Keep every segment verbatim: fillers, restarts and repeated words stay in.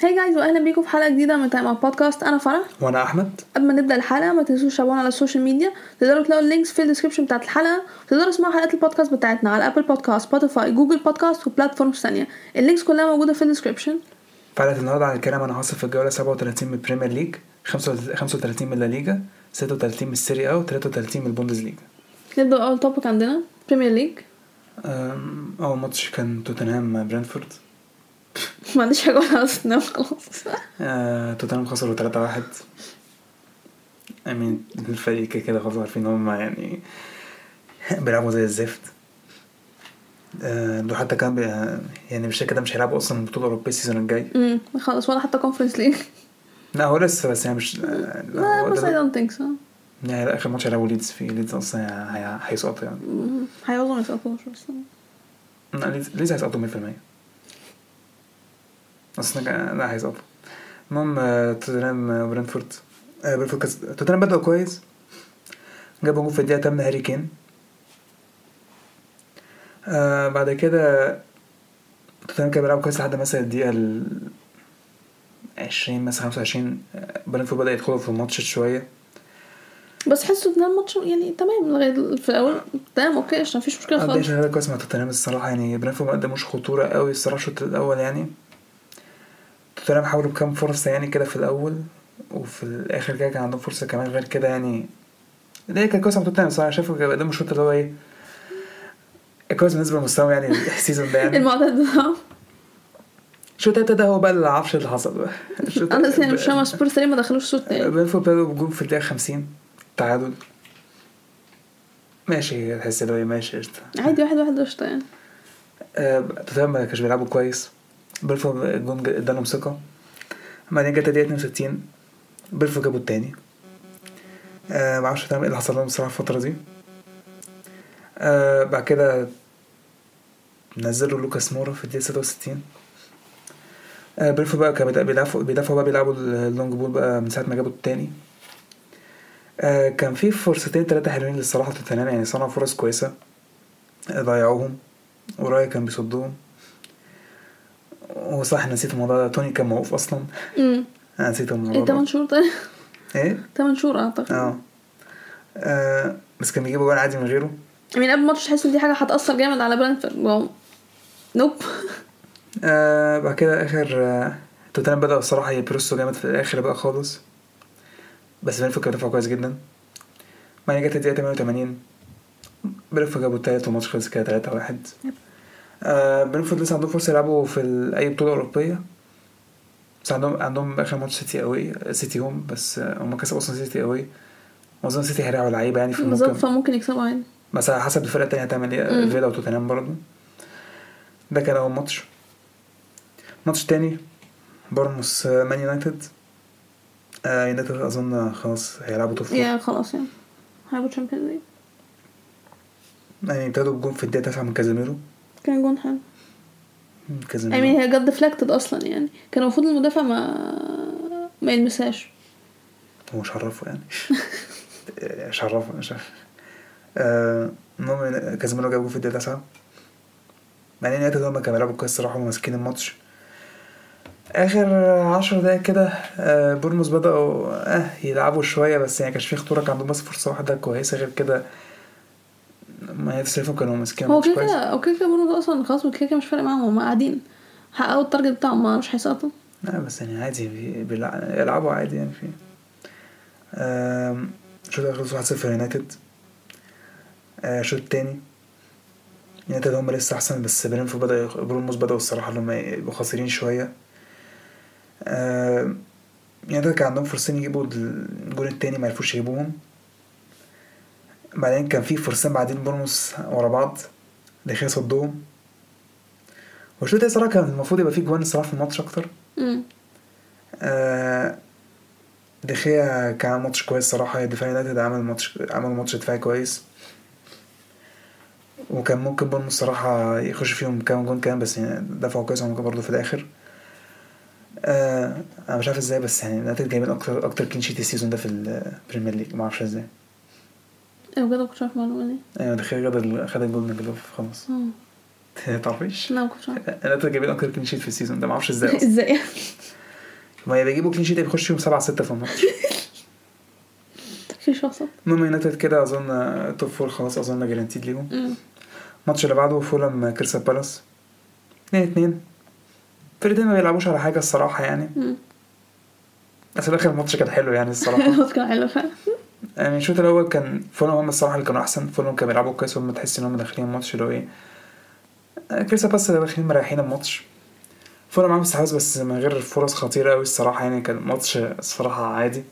هاي جايز واهلا بيكم في حلقه جديده من تايم اب بودكاست. انا فرح وانا احمد. قبل ما نبدا الحلقه ما تنسوش تتابعونا على السوشيال ميديا، تقدروا تلاقوا اللينكس في الديسكربشن بتاعه الحلقه، تقدروا تسمعوا حلقات البودكاست بتاعتنا على ابل بودكاست، سبوتيفاي، جوجل بودكاست وبلاتفورمز ثانيه. اللينكس كلها موجوده في الديسكربشن. فعلا النهارده عن الكلام انا هوصف في الجوله سبعة وثلاثين من البريمير ليج، خمسة وثلاثين من لا ليجا، ستة وثلاثين من السيريا او ثلاثة وثلاثين من البوندس ليجا. نبدا اول توبيك عندنا بريمير ليج. اول ماتش كان توتنهام برينتفورد. ما عنديش حاجه اقولها اصلا خلاص. آه، توتنهام خسروا ثلاثة واحد. امين الفريق كده خلاص عارفين هم يعني بيلعبوا زي الزفت. دول حتى كان يعني مش كده مش هيلعبوا اصلا البطوله الاوروبيه السيزون الجاي. امم خلاص ولا حتى كونفرنس ليج. لا هو لسه بس يعني مش لا بس I don't think so. يعني اخر ماتش هيلعبوا ليدز في ليدز اصلا هيسقطوا يعني هيوصلوا يسقطوا بس ليدز هيسقطوا مية بالمية اصلا لا هيسقطوا. المهم توتنهام وبرنتفورد. برنتفورد توتنهام بدأوا كويس، جابوا جول في الدقيقه تمانية هاري كين. آه بعد كده توتنهام كان بيلعب كويس لحد مثلا الدقيقه عشرين مثلا خمسة وعشرين. برنتفورد بدأ يدخل في الماتش شويه بس حسوا ان الماتش يعني تمام لغايه في الاول تمام اوكي عشان مفيش مشكله خالص. قديش هذا كويس مع توتنهام الصراحه، يعني برنتفورد ما قدموش خطوره قوي الصراحه الشوط الاول. يعني توتنهام حاولوا بكام فرصه يعني كده في الاول وفي الاخر كده كان عندهم فرصه كمان غير كده يعني. ده كان كويس مع توتنهام الصراحه، شايفه قدموا الشوط اللي هو ايه كويس بالنسبه للمستوى يعني السيزون ده يعني المعتاد ده الشوط ده هو بقى العفش اللي حصل بقى. انا اصلا مش فاهمه سبورت ليه ما دخلوش الشوط الثاني. برنتفورد بدأوا بجول في الدقيقه خمسين تعادل ماشي، تحس انه ماشي قشطه عادي واحد واحد قشطه يعني. توتنهام ما كانش بيلعبوا كويس، برنتفورد الجون ادالهم ثقه. بعدين جت الدقيقه اتنين وستين برنتفورد جابوا الثاني. آه ما اعرفش ايه اللي حصل لهم الصراحه الفتره دي. آه بعد كده نزلوا لوكاس مورا في الدقيقه ستة وستين. آه برنتفورد بقى كانوا بيدافعوا بيدافعوا بقى بيلعبوا اللونج بول بقى من ساعه ما جابوا الثاني. آه كان في فرصتين ثلاثه حلوين للصراحه توتنهام، يعني صنعوا فرص كويسه ضيعوهم ورايا كان بيصدهم. وصح نسيت الموضوع ده، توني كان موقوف اصلا. امم انا نسيت الموضوع ايه تمن شهور طيب ايه تمن شهور اعتقد. اه آه، بس كان بيجيبوا جول عادي من غيره. من قبل الماتش تحس ان دي حاجه هتاثر جامد على برنتفورد. نوب. آه بعد كده اخر آه توتنهام بدأوا الصراحه يبرسوا جامد في الاخر بقى خالص، بس برنتفورد كان دفاع كويس جدا. بعد جت الدقيقه تمانية وتمانين برنتفورد جابوا التالت والماتش خلص كده تلاتة واحد. آه برنتفورد لسه عندهم فرصه يلعبوا في اي بطوله اوروبيه، بس عندهم عندهم اخر ماتش سيتي اوي سيتي هوم، بس هم كسبوا اصلا سيتي اوي. اظن سيتي هيرجعوا لعيبه يعني في بالظبط فممكن يكسبوا عادي، بس على حسب الفرقه الثانيه هتعمل ايه فيلا وتوتنهام برضه. ده كان اول ماتش. ماتش تاني بورنموث مان يونايتد. آه يونايتد اظن خلاص هيلعبوا توب فور يا خلاص يعني هيلعبوا تشامبيونز ليج. يعني ابتدوا بجون في الدقيقه تسعة من كازيميرو. كان جون حلو كازيميرو يعني هي جد ديفلكتد اصلا، يعني كان المفروض المدافع ما ما يلمسهاش. هو شرفه يعني شرفه مش عارف. المهم كازيميرو جاب جون في الدقيقه تسعة. يعني يونايتد هم كانوا بيلعبوا كويس صراحه وماسكين الماتش. اخر عشر دقايق كده آه بورنموث بدأوا اه يلعبوا شويه، بس يعني كانش فيه خطوره، كان عندهم بس فرصه واحده كويسه غير كده ما يتصرفوا كانوا ماسكين هو الماتش كده كويس. او كده بورنموث اصلا خلاص كده مش فارق معاهم، هم قاعدين حققوا التارجت بتاعهم ما مش هيسقطوا. لا بس يعني عادي بيلعبوا عادي يعني فيه. آم شوط اخر واحد صفر يونايتد. آه شوط التاني يونايتد هم لسه احسن، بس برنتفورد بدأ بورنموث بدأوا الصراحه اللي هم يبقوا خاسرين شويه. آه يونايتد كان عندهم فرصتين يجيبوا الجول التاني ما عرفوش يجيبوهم. بعدين كان في فرصتين بعدين بورنموث ورا بعض دخل صدهم. والشوط التاني صراحه كان المفروض يبقى فيه جوان الصراحه في الماتش اكتر. امم آه دخيا كان ماتش كويس صراحه، دفاع يونايتد عمل ماتش عمل ماتش دفاعي كويس، وكان ممكن بورنموث الصراحه يخش فيهم كام جون كان، بس يعني دفعوا كويس هم برضه في الاخر. آه انا مش عارف ازاي بس يعني يونايتد جايبين اكتر اكتر كلين شيت السيزون ده في البريمير ليج، ما اعرفش ازاي. ايه بجد كنت عارف المعلومه دي. ايوه دخيا خد خد الجول من جلوف خلاص. اه تعرفيش لا كنت عارف يونايتد جايبين اكتر كلين شيت في السيزون ده، ما اعرفش ازاي ازاي ما بيجيبوا كلين شيت بيخش فيهم سبعة ستة في الماتش. في شخص المهم يونايتد كده اظن توب فور خلاص اظن جارانتيد ليهم. امم الماتش اللي بعده فولهام كريستال بالاس اتنين اتنين. الفريقين ما بيلعبوش على حاجه الصراحه يعني، امم بس في الاخر الماتش كان حلو يعني الصراحه. الماتش كان حلو فعلا. يعني الشوط الاول كان فولهام هم الصراحه اللي كانوا احسن. فولهام كانوا بيلعبوا كويس وهم تحس ان هم داخلين الماتش اللي هو ايه آه، كريستال بالاس داخلين مريحين الماتش. فولهام معاهم استحواذ بس من غير فرص خطيره قوي الصراحه يعني. كان ماتش الصراحه عادي.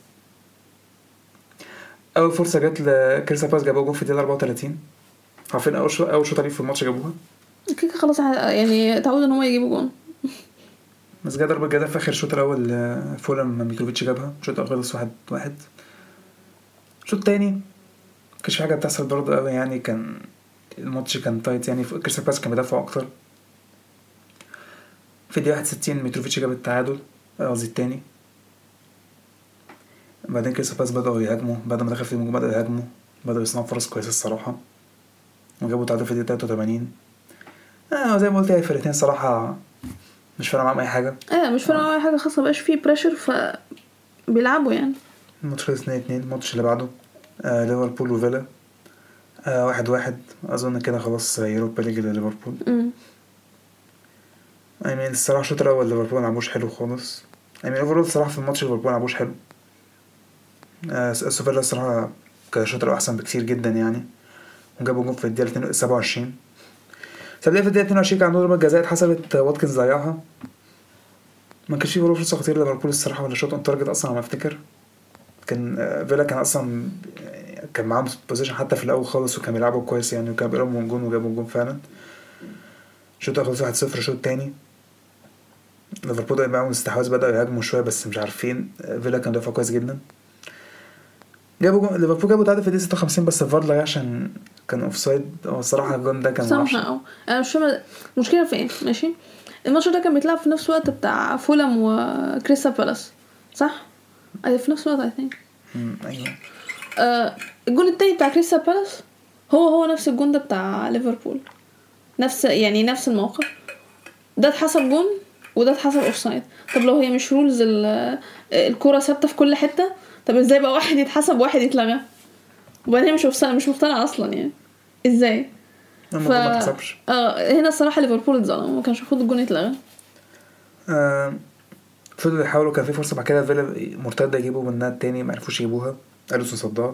اول فرصه جت لكريستال بالاس جابوا جول في الدقيقه أربعة وثلاثين. عارفين اول شوط اول شوط في الماتش جابوها كيكا خلاص ع- يعني تعود ان هم يجيبوا جون. بس جه ضربة جزاء في آخر الشوط الأول آه، فولهام ميتروفيتش جابها. الشوط الأول خلص واحد واحد. الشوط التاني مكانش في حاجة بتحصل برضه أوي يعني. كان الماتش كان تايت يعني. كريستال بالاس كان بيدافع أكتر. في الدقيقة واحد وستين ميتروفيتش جاب التعادل قصدي التاني. بعدين كريستال بالاس بدأوا يهاجموا بعد ما دخل فيهم الجون. بدأوا يهاجموا بدأوا يصنعوا فرص كويسة الصراحة وجابوا تعادل في الدقيقة تلاتة وتمانين. آه زي ما قلت الفرقتين صراحة مش فارقة معاهم أي حاجة. ايه مش فارقه معايا حاجه خاصه مبقاش فيه بريشر ف بيلعبوا يعني. الماتش خلص اتنين اتنين. الماتش اللي بعده آه ليفربول وفيلا آه واحد واحد. أظن كده خلاص يوروبا ليج لليفربول. امم يعني الصراحة الشوط الأول ليفربول ملعبوش حلو خالص. يعني اوفرول الصراحة في الماتش ليفربول ملعبوش حلو. آه سوفيلا الصراحة كان الشوط الأول أحسن بكتير جدا يعني. وجابوا جول في الدقيقة سبعة وعشرين. سبعة في الدقيقة اتنين وعشرين كان عندهم ضربة جزاء اتحسبت واتكنز ضيعها. ما كانش فيه ولا فرصة خطيرة ليفربول الصراحة ولا شوط اون تارجت أصلا على ما أفتكر. كان آه فيلا كان أصلا كان معاهم بوزيشن حتى في الأول خالص وكان بيلعبوا كويس يعني وكان بيقربوا من جون وجابوا جون فعلا. الشوط الأول خلص واحد صفر. الشوط التاني ليفربول بقى معاهم استحواذ بدأوا يهاجموا شوية بس مش عارفين. فيلا كان دافع كويس جدا. جابوا ليفربول جابوا تعادل في الدقيقة ستة وخمسين بس الفار لغاه عشان كان اوفسايد. هو الصراحة الجون ده كان معرفش. سامحه. او انا مش فاهمه المشكله فين. ماشي الماتش ده كان بيتلعب في نفس الوقت بتاع فولهام وكريستال بالاس صح؟ ايوه في نفس الوقت اي ثينك. امم ايوه. آه الجون التاني بتاع كريستال بالاس هو هو نفس الجون ده بتاع ليفربول. نفس يعني نفس الموقف. ده اتحسب جون وده اتحسب اوفسايد. طب لو هي مش رولز الكرة ثابته في كل حته طب ازاي بقى واحد يتحسب وواحد يتلغى؟ وبعدين مش اوفسايد مش مقتنع اصلا يعني ازاي؟ الموضوع ما اتحسبش. اه هنا الصراحه ليفربول اتظلم وما كانش المفروض الجون يتلغى. آه فضلوا يحاولوا. كان في فرصة بعد كده فيلا مرتدة يجيبوا منها التاني ما عرفوش يجيبوها. أليسون صدها.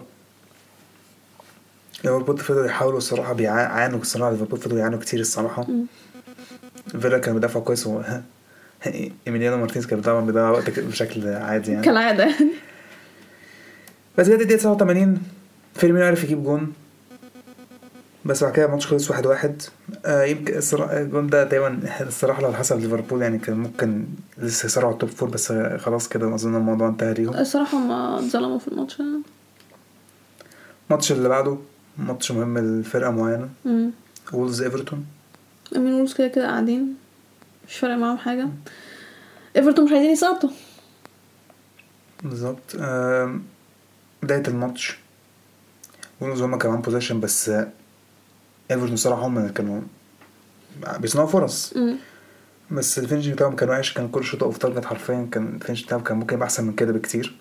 ليفربول فضلوا يحاولوا الصراحة بيعانوا الصراحة. ليفربول فضلوا يعانوا كتير الصراحة. م. فيلا كان بيدافع كويس و إيميليانو مارتينيز كان طبعا بيضيع وقت بشكل عادي يعني كالعاده يعني. بس جت الدقيقة سبعة وتمانين فيرمينو عرف يجيب جون بس بعد كده الماتش خلص واحد واحد. آه يمكن الصراحة الجون ده دايما الصراحة لو حسب ليفربول يعني كان ممكن لسه يسرعوا التوب فور بس خلاص كده أظن الموضوع انتهى ليهم. الصراحه ما اتظلموا في الماتش. الماتش اللي بعده ماتش مهم لفرقة معينة. امم وولز ايفرتون. امين وولز كده كده قاعدين مش فارق معاهم حاجه. ايفرتون مش عايزين يسقطوا بالظبط. آه بداية الماتش وولز هما كمان بوزيشن بس ايفرتون صراحة هما كانوا بيصنعوا فرص. امم بس الفينش بتاعهم كان وحش. كان كل شوط اوف تارجت حرفيا. كان الفينش بتاعهم كان ممكن يبقى احسن من كده بكتير.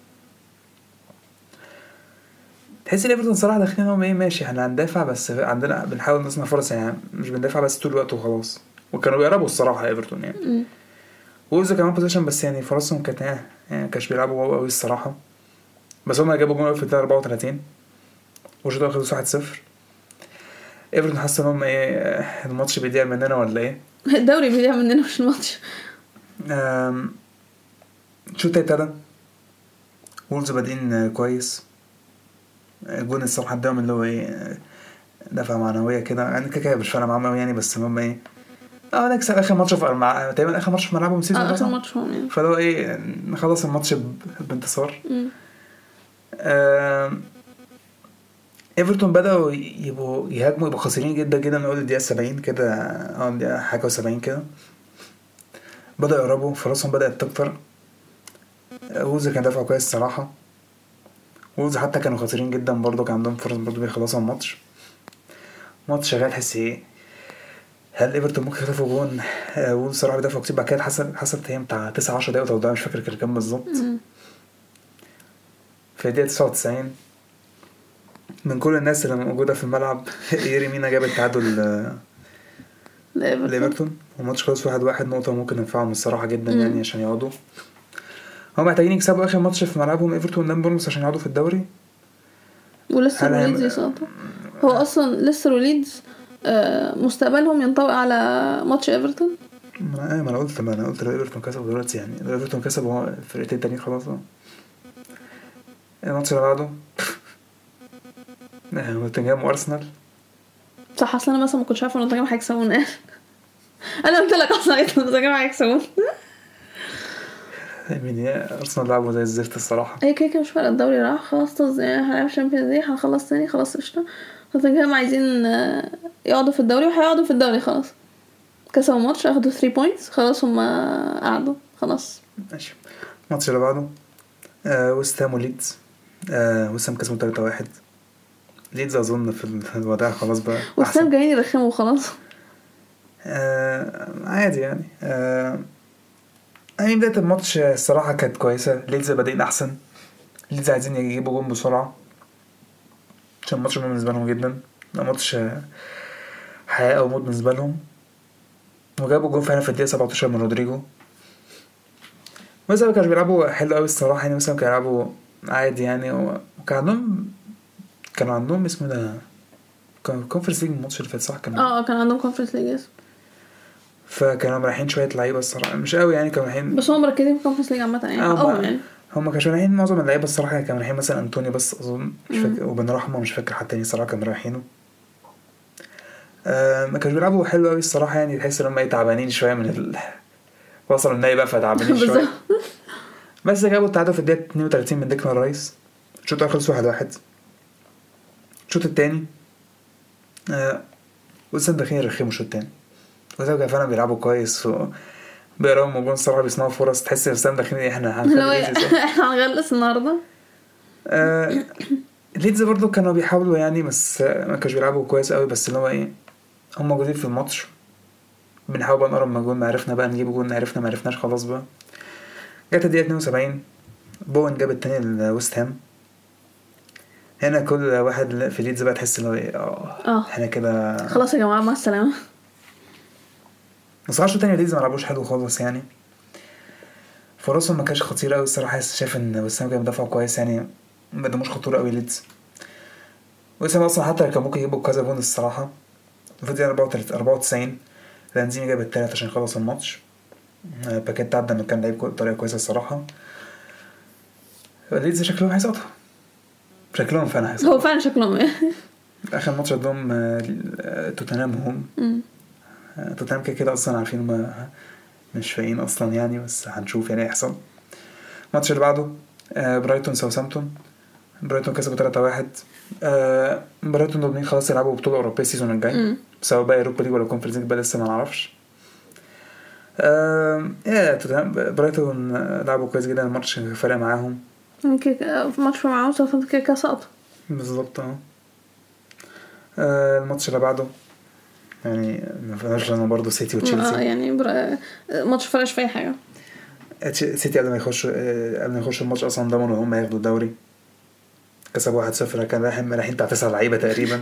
تحس ان ايفرتون صراحه داخلين هم ايه ماشي احنا هندافع بس عندنا بنحاول نصنع فرص يعني مش بندافع بس طول الوقت وخلاص. وكانوا بيقربوا الصراحه ايفرتون يعني. امم وولز كمان بوزيشن بس يعني فرصهم كانت يعني كانش بيلعبوا قوي الصراحه. بس هم جابوا جول في الدقيقه أربعة وتلاتين والشوط الاول خلص واحد صفر. ايفرتون حاسس ان هم ايه الماتش بيضيع مننا ولا ايه. الدوري بيضيع مننا مش الماتش. امم الشوط ابتدى وولز بادئين كويس. الجون الصراحه اداهم اللي هو ايه دفعه معنويه كده يعني كده مش فارقه معاهم يعني بس المهم ايه اه نكسب اخر ماتش في مع تقريبا اخر ماتش في ملعبهم سيزون اه ده اخر ماتش هم يعني. فلو ايه نخلص الماتش بانتصار. امم آه ايفرتون بدأوا يبقوا يهاجموا يبقوا خاسرين جدا جدا من اول الدقيقه سبعين كده. اه الدقيقه حاجه وسبعين كده بدأوا يقربوا فرصهم بدأت تكتر. وولز كان دافع كويس الصراحه. وولز حتى كانوا خاسرين جدا برضه كان عندهم فرص برضه بيخلصوا الماتش. ماتش شغال تحس ايه هل ايفرتون ممكن يخطفوا جون؟ آه وولز صراحه بيدافعوا كتير. بعد كده حسب حسب هي بتاع تسعة عشر دقيقه وتوضيع، مش فاكر كان كام بالظبط. مم. في الدقيقه تسعة وتسعين من كل الناس اللي موجوده في الملعب ييري مينا جاب التعادل آه، لإيفرتون. لإيفرتون، والماتش خلص واحد واحد. نقطة ممكن ينفعهم الصراحة جدا مم. يعني عشان يقعدوا. هم محتاجين يكسبوا آخر ماتش في ملعبهم إيفرتون قدام بورنموث عشان يقعدوا في الدوري. ولسه هل هيعمل- وليدز يسقطوا. هو اصلا لسه وليدز آه، مستقبلهم ينطوي على ماتش ايفرتون. ما أنا ما أنا قلت ما أنا قلت لو إيفرتون كسبوا دلوقتي يعني لو إيفرتون كسبوا هو الفرقتين التانيين خلاص أهو. الماتش اللي بعده آه، نوتنجهام وأرسنال. صح، اصلا انا مثلا ما كنتش عارفه ان نوتنجهام هيكسبونا. انا قلت لك اصلا ان نوتنجهام هيكسبونا. من يا أرسنال لعبوا زي الزفت الصراحة. هي كده كده مش فارقه، الدوري راح خلاص، طز يعني هنلعب شامبيونز ليج، هنخلص تاني خلاص قشطه. نوتنجهام عايزين آه، يقعدوا في الدوري وهيقعدوا في الدوري خلاص. كسبوا ماتش اخدوا ثلاثة بوينتس خلاص، هم قعدوا خلاص. ماشي. الماتش اللي بعده آه ويست هام وليدز. آه ويست هام كسبوا تلاتة واحد. ليدز أظن في الوداع خلاص بقى والسام جايين يرخموا خلاص. آه عادي يعني. آه يعني بداية الماتش الصراحة كانت كويسة. ليدز بادئين أحسن. ليدز عايزين يجيبوا جون بسرعة عشان الماتش مهم بالنسبة لهم جدا. الماتش حياة أو موت بالنسبة لهم. وجابوا جون فعلا في الدقيقة سبعتاشر من رودريجو. مثلا كانوا بيلعبوا حلو أوي الصراحة يعني. مثلا كانوا بيلعبوا عادي يعني. وكان عندهم كانوا عندهم اسمه ده كان كونفرنس ليج الماتش اللي فات صح كان. اه كان عندهم كونفرنس ليج. فكانوا رايحين شوية لعيبة الصراحة مش قوي يعني. كانوا رايحين بس هم مركزين في كونفرنس ليج عامه يعني. آه، اه ما- يعني هم كانوا رايحين معظم اللعيبه الصراحه. كانوا رايحين مثلا انطوني بس اظن مش مم. فاكر، وبن رحمه مش فاكر حد تاني الصراحه كانوا رايحينه. آه ما كانوا بيلعبوا حلو قوي الصراحه يعني. تحس ان هم ايه تعبانين شويه من ال... وصلوا النهائي بقى فتعبانين شويه. بالظبط. بس جابوا التعادل في الدقيقه اتنين وتلاتين من ديكلان رايس. الشوط الاول خلص واحد واحد. الشوط الثاني آه وسام داخلين يرخموا الشوط الثاني. وسام كان فعلا بيلعبوا كويس و بيقراوا موجود الصراحه بيصنعوا فرص. تحس ان وسام داخلين احنا لو هنخلي ايزي صح. احنا هنغلس النهارده. آه ليدز برضو كانوا بيحاولوا يعني بس آه، ما كانوش بيلعبوا كويس قوي. بس اللي هو ايه هم موجودين في الماتش بنحاول بقى نقرب من جول. ما عرفنا بقى نجيب جول، عرفنا ما عرفناش خلاص بقى. جت الدقيقة اتنين وسبعين بوين جاب التاني لويست هام. هنا كل واحد في ليدز بقى تحس اللي هو ايه اه اه احنا كده خلاص يا جماعه مع السلامه. بس عشرة تاني ليدز ما لعبوش حلو خالص يعني. فرصهم ما كانش خطير قوي الصراحة. شايف ان ويست هام كان بيدافع كويس يعني. ما قدموش خطورة قوي ليدز. ويست هام اصلا حتى كان ممكن يجيبوا كذا جون الصراحة. في الدقيقة أربعة وتسعين لانزيمي جاب التالت عشان يخلص الماتش. آه، باكيت عدى من كان لعيب بطريقة كويسة الصراحة. ليدز شكلهم هيسقطوا. شكلهم فعلا هو هيسقطوا. فعلا شكلهم ايه. آخر ماتش قدام آه، آه، توتنهام هم مم. آه، توتنهام كده كده أصلا عارفين ما مش فايقين أصلا يعني. بس هنشوف يعني هيحصل. الماتش اللي بعده آه، برايتون ساوثهامبتون. برايتون كسبوا تلاتة واحد. آه، برايتون ضامنين خلاص يلعبوا بطولة أوروبية السيزون الجاي مم. سواء بقى أوروبا ليج ولا كونفرنس ليج بقى لسه ما نعرفش. آه، يا توتنهام برايتون آه، لعبوا كويس جدا. الماتش فرق معاهم يعني كده في ماتش معاهم ساوثهامبتون كده كده سقطوا. بالظبط اهو. آه، الماتش اللي بعده يعني ما فيناش لنا برضه سيتي اه وتشيلسي. يعني برا... ماتش فرقش في اي حاجه. تش- سيتي قبل ما يخشوا آه، قبل ما يخشوا الماتش اصلا ضمنوا ان هم ياخدوا الدوري. كسبوا واحد صفر. كان رايحين رايحين بتاع تسع لعيبه تقريبا.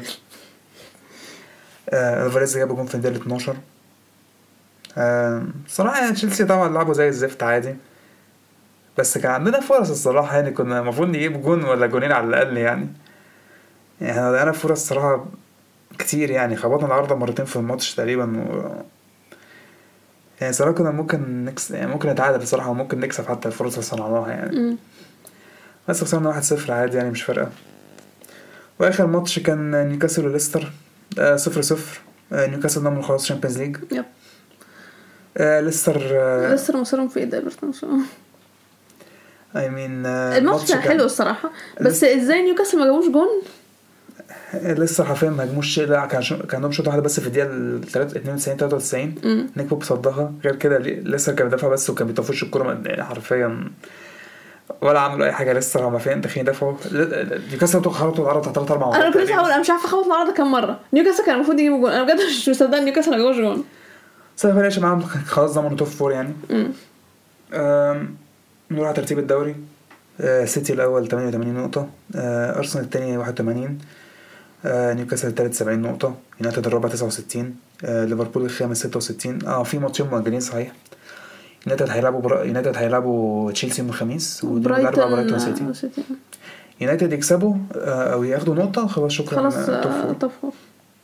آه، الفاريز جابوا جون في الدقيقه اتناشر. آه، صراحه يعني تشيلسي طبعا لعبوا زي الزفت عادي. بس كان عندنا فرص الصراحه يعني. كنا المفروض نجيب جون ولا جونين على الاقل يعني. يعني انا فرص صراحه كتير يعني. خبطنا العارضه مرتين في الماتش تقريبا و... يعني صراحه كنا ممكن نكس يعني ممكن نتعادل بصراحه وممكن نكسب حتى الفرص اللي صنعناها يعني. مم. بس خسرنا واحد صفر عادي يعني مش فارقه. واخر ماتش كان نيوكاسل وليستر آه صفر صفر. آه نيوكاسل ضمن خلاص شامبيونز ليج. يب. آه ليستر آه لسه مصيرهم في ايد ايفرتون. اي مين آه الماتش كان حلو الصراحه. بس ازاي نيوكاسل ما جابوش جون؟ لسه حرفيا ما هجموش. لا كان شو... كان عندهم شوط واحده بس في الدقيقه اتنين وتسعين تلاتة وتسعين. نيك بوب صدها. غير كده لسه كان بيدافع بس وكان بيطفش الكوره يعني حرفيا ولا عملوا اي حاجه لسه. هما فين داخلين يدافعوا. نيوكاسل تو خرطوا العرض ثلاث اربع مرات. انا كنت لسه هقول انا مش عارفه خبط العرض كام مره. نيوكاسل كان المفروض يجيبوا جون. انا بجد مش مصدق نيوكاسل ما جابوش جون. سبب فرقش معاهم خلاص ضمنوا توب فور يعني. امم أم، نروح على ترتيب الدوري. أه، سيتي الاول ثمانية وثمانين نقطه، أه، ارسنال الثاني واحد وثمانين، أه، نيوكاسل الثالث سبعين نقطه، يونايتد الرابع تسعة وستين، أه، ليفربول الخامس ستة وستين. اه في ماتشين مؤجلين صحيح. يونايتد هيلعبوا برا... يونايتد هيلعبوا تشيلسي يوم الخميس، والاربعاء برايتون سيتي. سيتي يونايتد يكسبوا آه، او ياخدوا نقطه خلاص شكرا. خلاص آه، توب آه، فور. توب فور.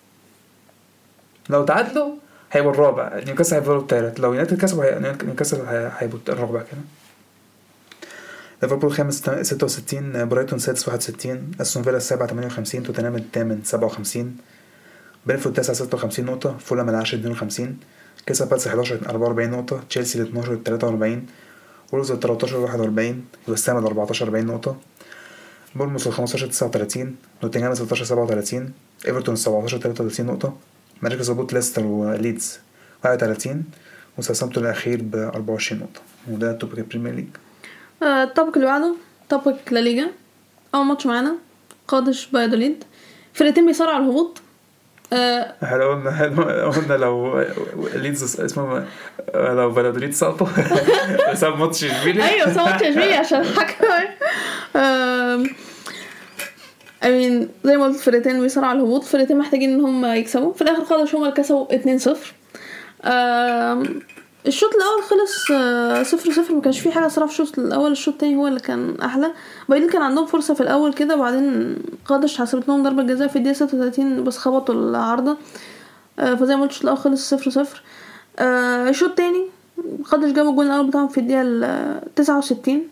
لو تعادلوا هيبقوا الرابع، نيوكاسل هيفضلوا الثالث. لو يونايتد كسبوا هي... نيوكاسل هي- هيبقوا الرابع كده. ليفربول خامس ستة وستين، برايتون سادس واحد وستين، استون فيلا السابع ثمانية وخمسين، توتنهام الثامن سبعة وخمسين، بيرفورد التاسع ستة وخمسين نقطه، فولهام العاشر اثنين وخمسين، كريستال بالاس احداشر أربعة وأربعين نقطه، تشيلسي اثناشر ثلاثة وأربعين، وولفز ثلاثة عشر واحد وأربعين، ويست هام أربعتاشر أربعين نقطه، بورنموث خمستاشر تسعة وثلاثين، نوتنغهام ستاشر سبعة وثلاثين، ايفرتون سبعتاشر ثلاثة وثلاثين نقطه، مراكز هبوط ليستر وليدز واحد وثلاثين، وساوثهامبتون الاخير ب أربعة وعشرين نقطه. وده توبك البريمير ليج. آه، الطبق اللي بعده طبق لا ليجا. اول ماتش معانا قادش بايدوليد. فرقتين بيصارعوا على الهبوط. آه، احنا قلنا قلنا لو ليدز اسمه لو فالادوليد سقطوا بسبب ماتش اشبيليا. ايوه صوت تشبيه عشان الحكم. آم، I mean زي ما قلت فرقتين بيصارعوا على الهبوط. فرقتين محتاجين ان هم يكسبوا. في الاخر قادش هم اللي كسبوا اتنين صفر. آم، الشوط الاول خلص آه، صفر صفر. ما كانش فيه حاجه صراحه في الشوط الاول. الشوط التاني هو اللي كان احلى. بعدين كان عندهم فرصه في الاول كده، وبعدين قادش حسبت لهم ضربه جزاء في الدقيقه ستة وثلاثين بس خبطوا العارضه. آه، فزي ما قلت الشوط الاول خلص صفر صفر. آه، الشوط التاني قادش جابوا الجول الاول بتاعهم في الدقيقه تسعة وستين.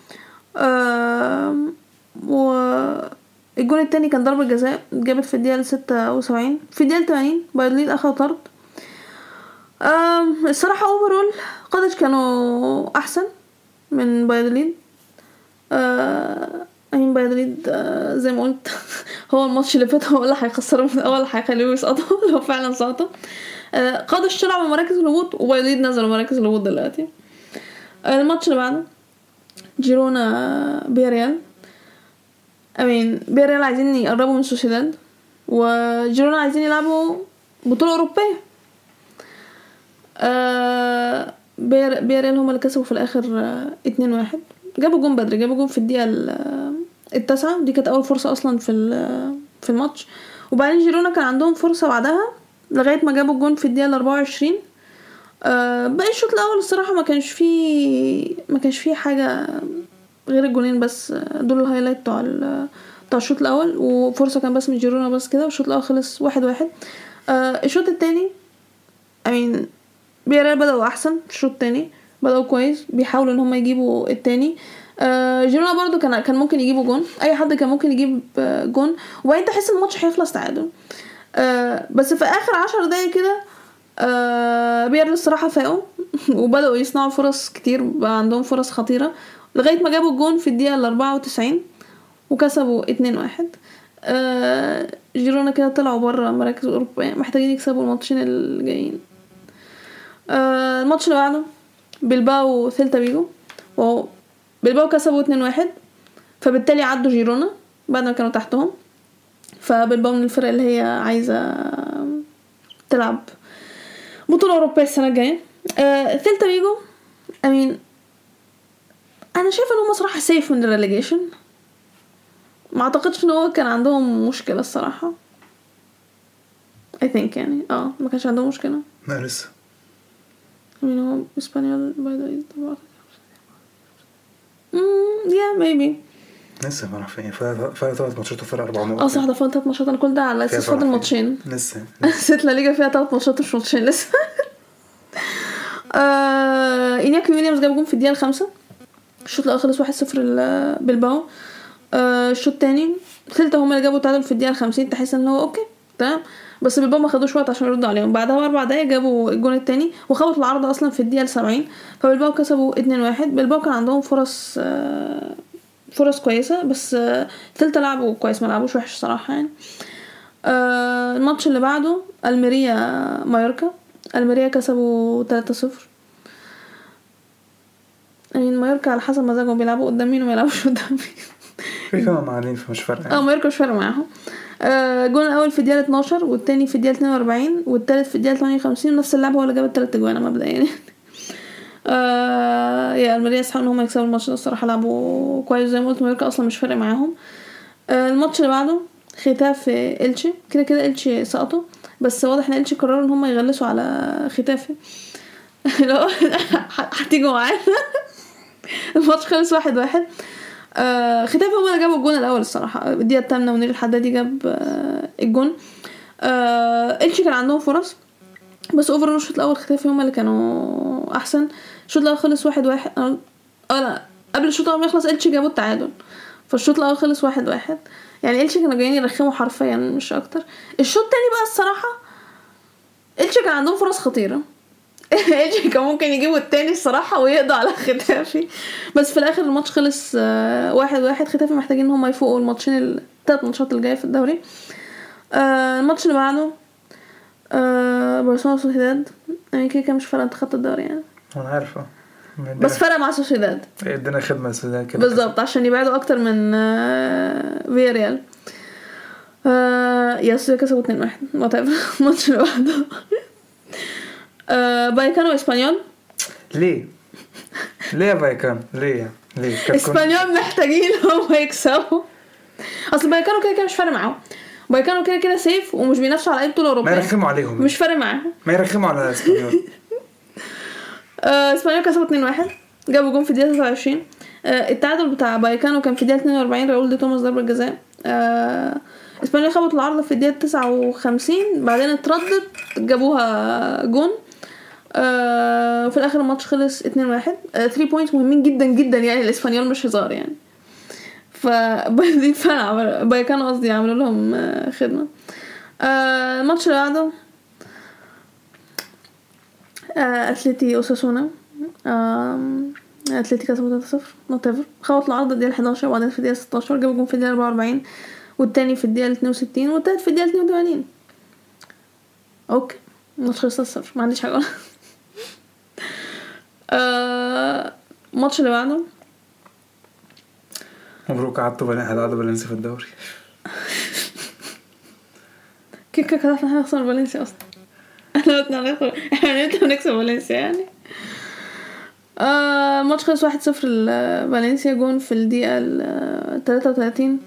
آم، و الجول التاني كان ضربه جزاء جابت في الدقيقه ستة وسبعين. في الدقيقه ثمانين بايرلين اخذ طرد. أم الصراحة اوفرول قادش كانوا احسن من بايدوليد. أه امين بايدوليد أه زي ما قلت هو الماتش اللي فات هو اللي هيخسرهم من اول هيخليهم يسقطوا لو فعلا سقطوا. أه قادش طلع من مراكز الهبوط وبايدوليد نزلوا مراكز الهبوط دلوقتي. أه الماتش اللي بعده جيرونا بيريال. امين بيريال عايزين يقربوا من سوسيداد، وجيرونا عايزين يلعبوا بطولة اوروبية. آه بير بيريال هم اللي كسبوا في الاخر آه اتنين واحد. جابوا جون بدري، جابوا جون في الدقيقه التاسعة. دي كانت اول فرصه اصلا في في الماتش. وبعدين جيرونا كان عندهم فرصه بعدها لغايه ما جابوا جون في الدقيقه أربعة وعشرين. آه باقي الشوط الاول الصراحه ما كانش فيه ما كانش فيه حاجه غير الجونين بس. دول الهايلايت بتوع بتوع الشوط الاول، وفرصه كان بس من جيرونا بس كده. والشوط الاول خلص واحد واحد. آه الشوط الثاني امين بيريال بدأوا احسن. الشوط الثاني بدأوا كويس، بيحاولوا ان هم يجيبوا الثاني. آه جيرونا برضو كان كان ممكن يجيبوا جون. اي حد كان ممكن يجيب آه جون، وبعدين تحس الماتش هيخلص تعادل. آه بس في اخر عشر دقايق كده آه بيريال الصراحه فاقوا وبدأوا يصنعوا فرص كتير، بقى عندهم فرص خطيره لغايه ما جابوا الجون في الدقيقه أربعة وتسعين وكسبوا اتنين واحد. آه جيرونا كده طلعوا بره مراكز اوروبيه، محتاجين يكسبوا الماتشين الجايين. آه الماتش اللي بعده بلباو سيلتا فيجو. وهو بلباو كسبوا اتنين واحد، فبالتالي عدوا جيرونا بعد ما كانوا تحتهم. فبلباو من الفرق اللي هي عايزه تلعب بطوله اوروبيه السنه الجايه. آه سيلتا فيجو امين انا شايفه ان هم صراحه سيف من الريليجيشن. ما اعتقدش ان هو كان عندهم مشكله الصراحه. I think يعني اه ما كانش عندهم مشكله. ما لسه مين هو اسبانيول باي ذا امم يا ميبي لسه ما اعرف ايه. فرق ثلاث ماتشات وفرق اربع نقط. اه صح ده فاضل ثلاث ماتشات. انا كل ده على اساس فاضل ماتشين لسه. نسيت لا ليجا فيها ثلاث ماتشات مش ماتشين لسه. آه إنياكي ويليامز جاب جون في الدقيقه الخامسة. الشوط الاول خلص واحد صفر بالباو. آه الشوط الثاني سيلتا هم اللي جابوا التعادل في الدقيقه الخامسين. تحس ان هو اوكي تمام، بس بالباو ما خدوش وقت عشان يردوا عليهم. بعدها باربع دقايق جابوا الجون الثاني وخبطوا العرض اصلا في الدقيقه سبعين. فبالباو كسبوا اتنين واحد. بالباو كان عندهم فرص آه فرص كويسه، بس آه سيلتا لعبوا كويس، ما لعبوش وحش صراحه يعني. آه الماتش اللي بعده الميريا مايوركا. الميريا كسبوا ثلاثة صفر. يعني مايوركا على حسب مزاجهم بيلعبوا قدام مين وما يلعبوش قدام مين. في كمان معادين فمش فارقه اه مايوركا مش فارق معاهم. آه الجون الاول في الدقيقه اتناشر والتاني في الدقيقه اتنين واربعين والتالت في الدقيقه تمانية وخمسين. نفس اللاعب هو اللي جاب الثلاث اجوان مبدئيا. آه يا المدريد يستحقوا ان هم يكسبوا الماتش ده الصراحه. لعبوا كويس زي ما قلت. مايوركا اصلا مش فارق معاهم. آه الماتش اللي بعده ختاف إلتشي. كده كده إلتشي سقطوا بس واضح ان إلتشي قرروا ان هم يغلسوا على ختافي. لو هتيجوا معانا. الماتش خلص واحد واحد. آه ختافي هم اللي جابوا الجون الاول الصراحه. الدقيقه الثامنة ونير الحدادي جاب آه الجون. آه إلتشي كان عندهم فرص بس اوفر الشوط الاول ختافي هم اللي كانوا احسن. الشوط الاول خلص واحد واحد. اه لا قبل الشوط الاول ما يخلص إلتشي جابوا التعادل فالشوط الاول خلص واحد واحد. يعني إلتشي كانوا جايين يرخموا حرفيا مش اكتر. الشوط الثاني بقى الصراحه إلتشي كان عندهم فرص خطيره. إلتشي كان ممكن يجيبوا التاني الصراحه ويقضوا على ختافي بس في الاخر الماتش خلص آه واحد واحد. ختافي محتاجين ان هم يفوقوا الماتشين الثلاث ماتشات اللي جايه في الدوري. آه الماتش اللي بعده آه برشلونه وسوسيداد. يعني كده كده مش فارقه انت خدت الدوري يعني انا عارفه بس فرق مع سوسيداد ادينا خدمه سوسيداد كده بالظبط عشان يبعدوا اكتر من آه فياريال. آه يا سوسيداد كسبوا اتنين واحد whatever. الماتش اللي بعده آه بايكانو واسبانيول. ليه ليه يا بايكان ليه ليه اسبانيول محتاجين هم يكسبوا. اصل بايكانو كده كده مش فارق معاهم. بايكانو كده كده سيف ومش بينافسوا على اي بطوله اوروبيه. ما يرخموا عليهم مش فارق معاهم. ما يرخموا على اسبانيول. آه اسبانيول كسبوا اتنين واحد. جابوا جون في الدقيقه تسعة وعشرين. آه التعادل بتاع بايكانو كان في الدقيقه اتنين واربعين. راؤول دي توماس ضربه جزاء. آه اسبانيول خبطوا العارضه في الدقيقه تسعة وخمسين بعدين اتردت جابوها جون. آه وفي الاخر الماتش خلص اتنين واحد. آه ثلاثة بوينتس مهمين جدا جدا يعني الاسبانيول مش هزار يعني. فبدي فعلا بايكانو قصدي عملوا لهم آه خدمه. آه الماتش اللي بعده آه اتلتي اوساسونا. آم اتلتي كسبوا ثلاثة صفر نوت ايفر. خبطوا العرض الدقيقه حداشر وبعدين في الدقيقه ستاشر جابوا جون في الدقيقه اربعة واربعين والتاني في الدقيقه اتنين وستين والتالت في الدقيقه اتنين وتمانين. اوكي الماتش خلص صفر ما عنديش حاجه. آه الماتش اللي بعده مبروك عدتوا بلين هتعدوا فالنسيا في الدوري. كيكا كده احنا هنخسر فالنسيا اصلا. احنا قلنا هنخسر احنا نبدأ نكسب فالنسيا يعني. آه الماتش خلص واحد صفر لفالنسيا. جون في الدقيقه تلاتة وتلاتين.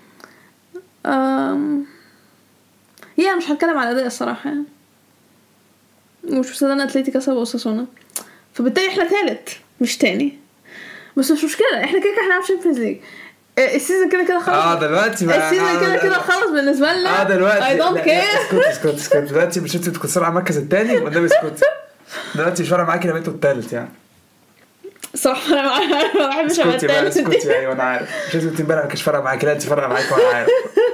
آم يا مش هتكلم على الاداء الصراحه يعني. مش مصدقنا اتلتي كسبوا اوساسونا فبالتالي احنا ثالث مش تاني بس مش مشكله. احنا كده كده احنا في الشامبيونز ليج. السيزون كده كده خلص. اه دلوقتي بقى السيزون كده كده خلص بالنسبه لنا. اه دلوقتي اي دونت كير. اسكت اسكت اسكت دلوقتي مش انت بتكسر على المركز الثاني قدام اسكت. دلوقتي مش فارق معاكي لو انتوا الثالث يعني صح. انا ما بحبش ابقى الثالث. اسكت ايوه انا عارف مش لازم تبقى مش فارقه معاكي. لا انت فارقه معاكي وانا عارف.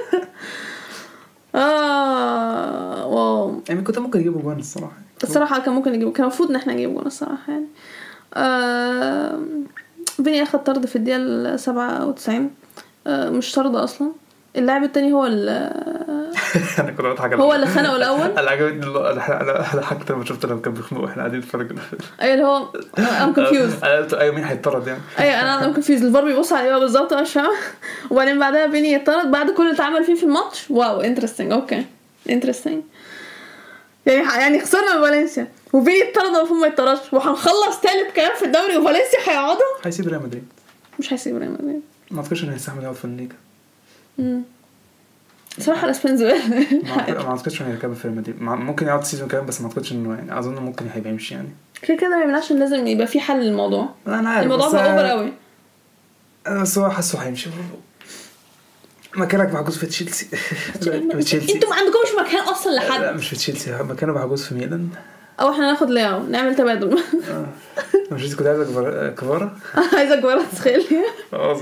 اه واو يعني كنت ممكن يجيبوا جوان الصراحه. الصراحه كان ممكن يجيبوا. كان المفروض ان احنا نجيب جوان الصراحه يعني. آه بني اخد طرد في الدقيقه سبعة وتسعين. آه مش طرد اصلا. اللاعب التاني هو انا كنت بضحك هو اللي خنقه الاول. انا عجبني انا ضحكت لما شفت لما كان بيخنقوا احنا قاعدين نتفرج. ايوه اللي هو ام كونفيوز. انا قلت ايوه مين هيطرد يعني. ايوه انا ام كونفيوز. الفار بيبص عليه بالظبط مش فاهم. وبعدين بعدها بيني يطرد بعد كل اللي اتعمل فيه في الماتش. واو انترستينج. اوكي انترستينج يعني يعني خسرنا من فالنسيا وبيني يطرد المفروض ما يطردش وهنخلص ثالث كلام في الدوري وفالنسيا هيقعدوا. هيسيب ريال مدريد. مش هيسيب ريال مدريد. ما اعتقدش انه هيستحمل يقعد في الليجا. امم صراحه الاسبنزويل ما اعتقدش انه هيكمل في ريال مدريد. ممكن يقعد سيزون كمان بس ما اعتقدش انه يعني اظن ممكن هيبقى يمشي يعني كده كده يعني عشان لازم يبقى في حل للموضوع. انا عارف الموضوع بقى اوفر قوي. بس هو حاسه هيمشي. مكانك محجوز في تشيلسي. انتوا ما عندكمش مكان اصلا لحد. لا مش في تشيلسي مكانه محجوز في ميلان. او احنا ناخد لياو نعمل تبادل. مش كنت عايزه كفاره. عايزه كفاره تخيلي. اه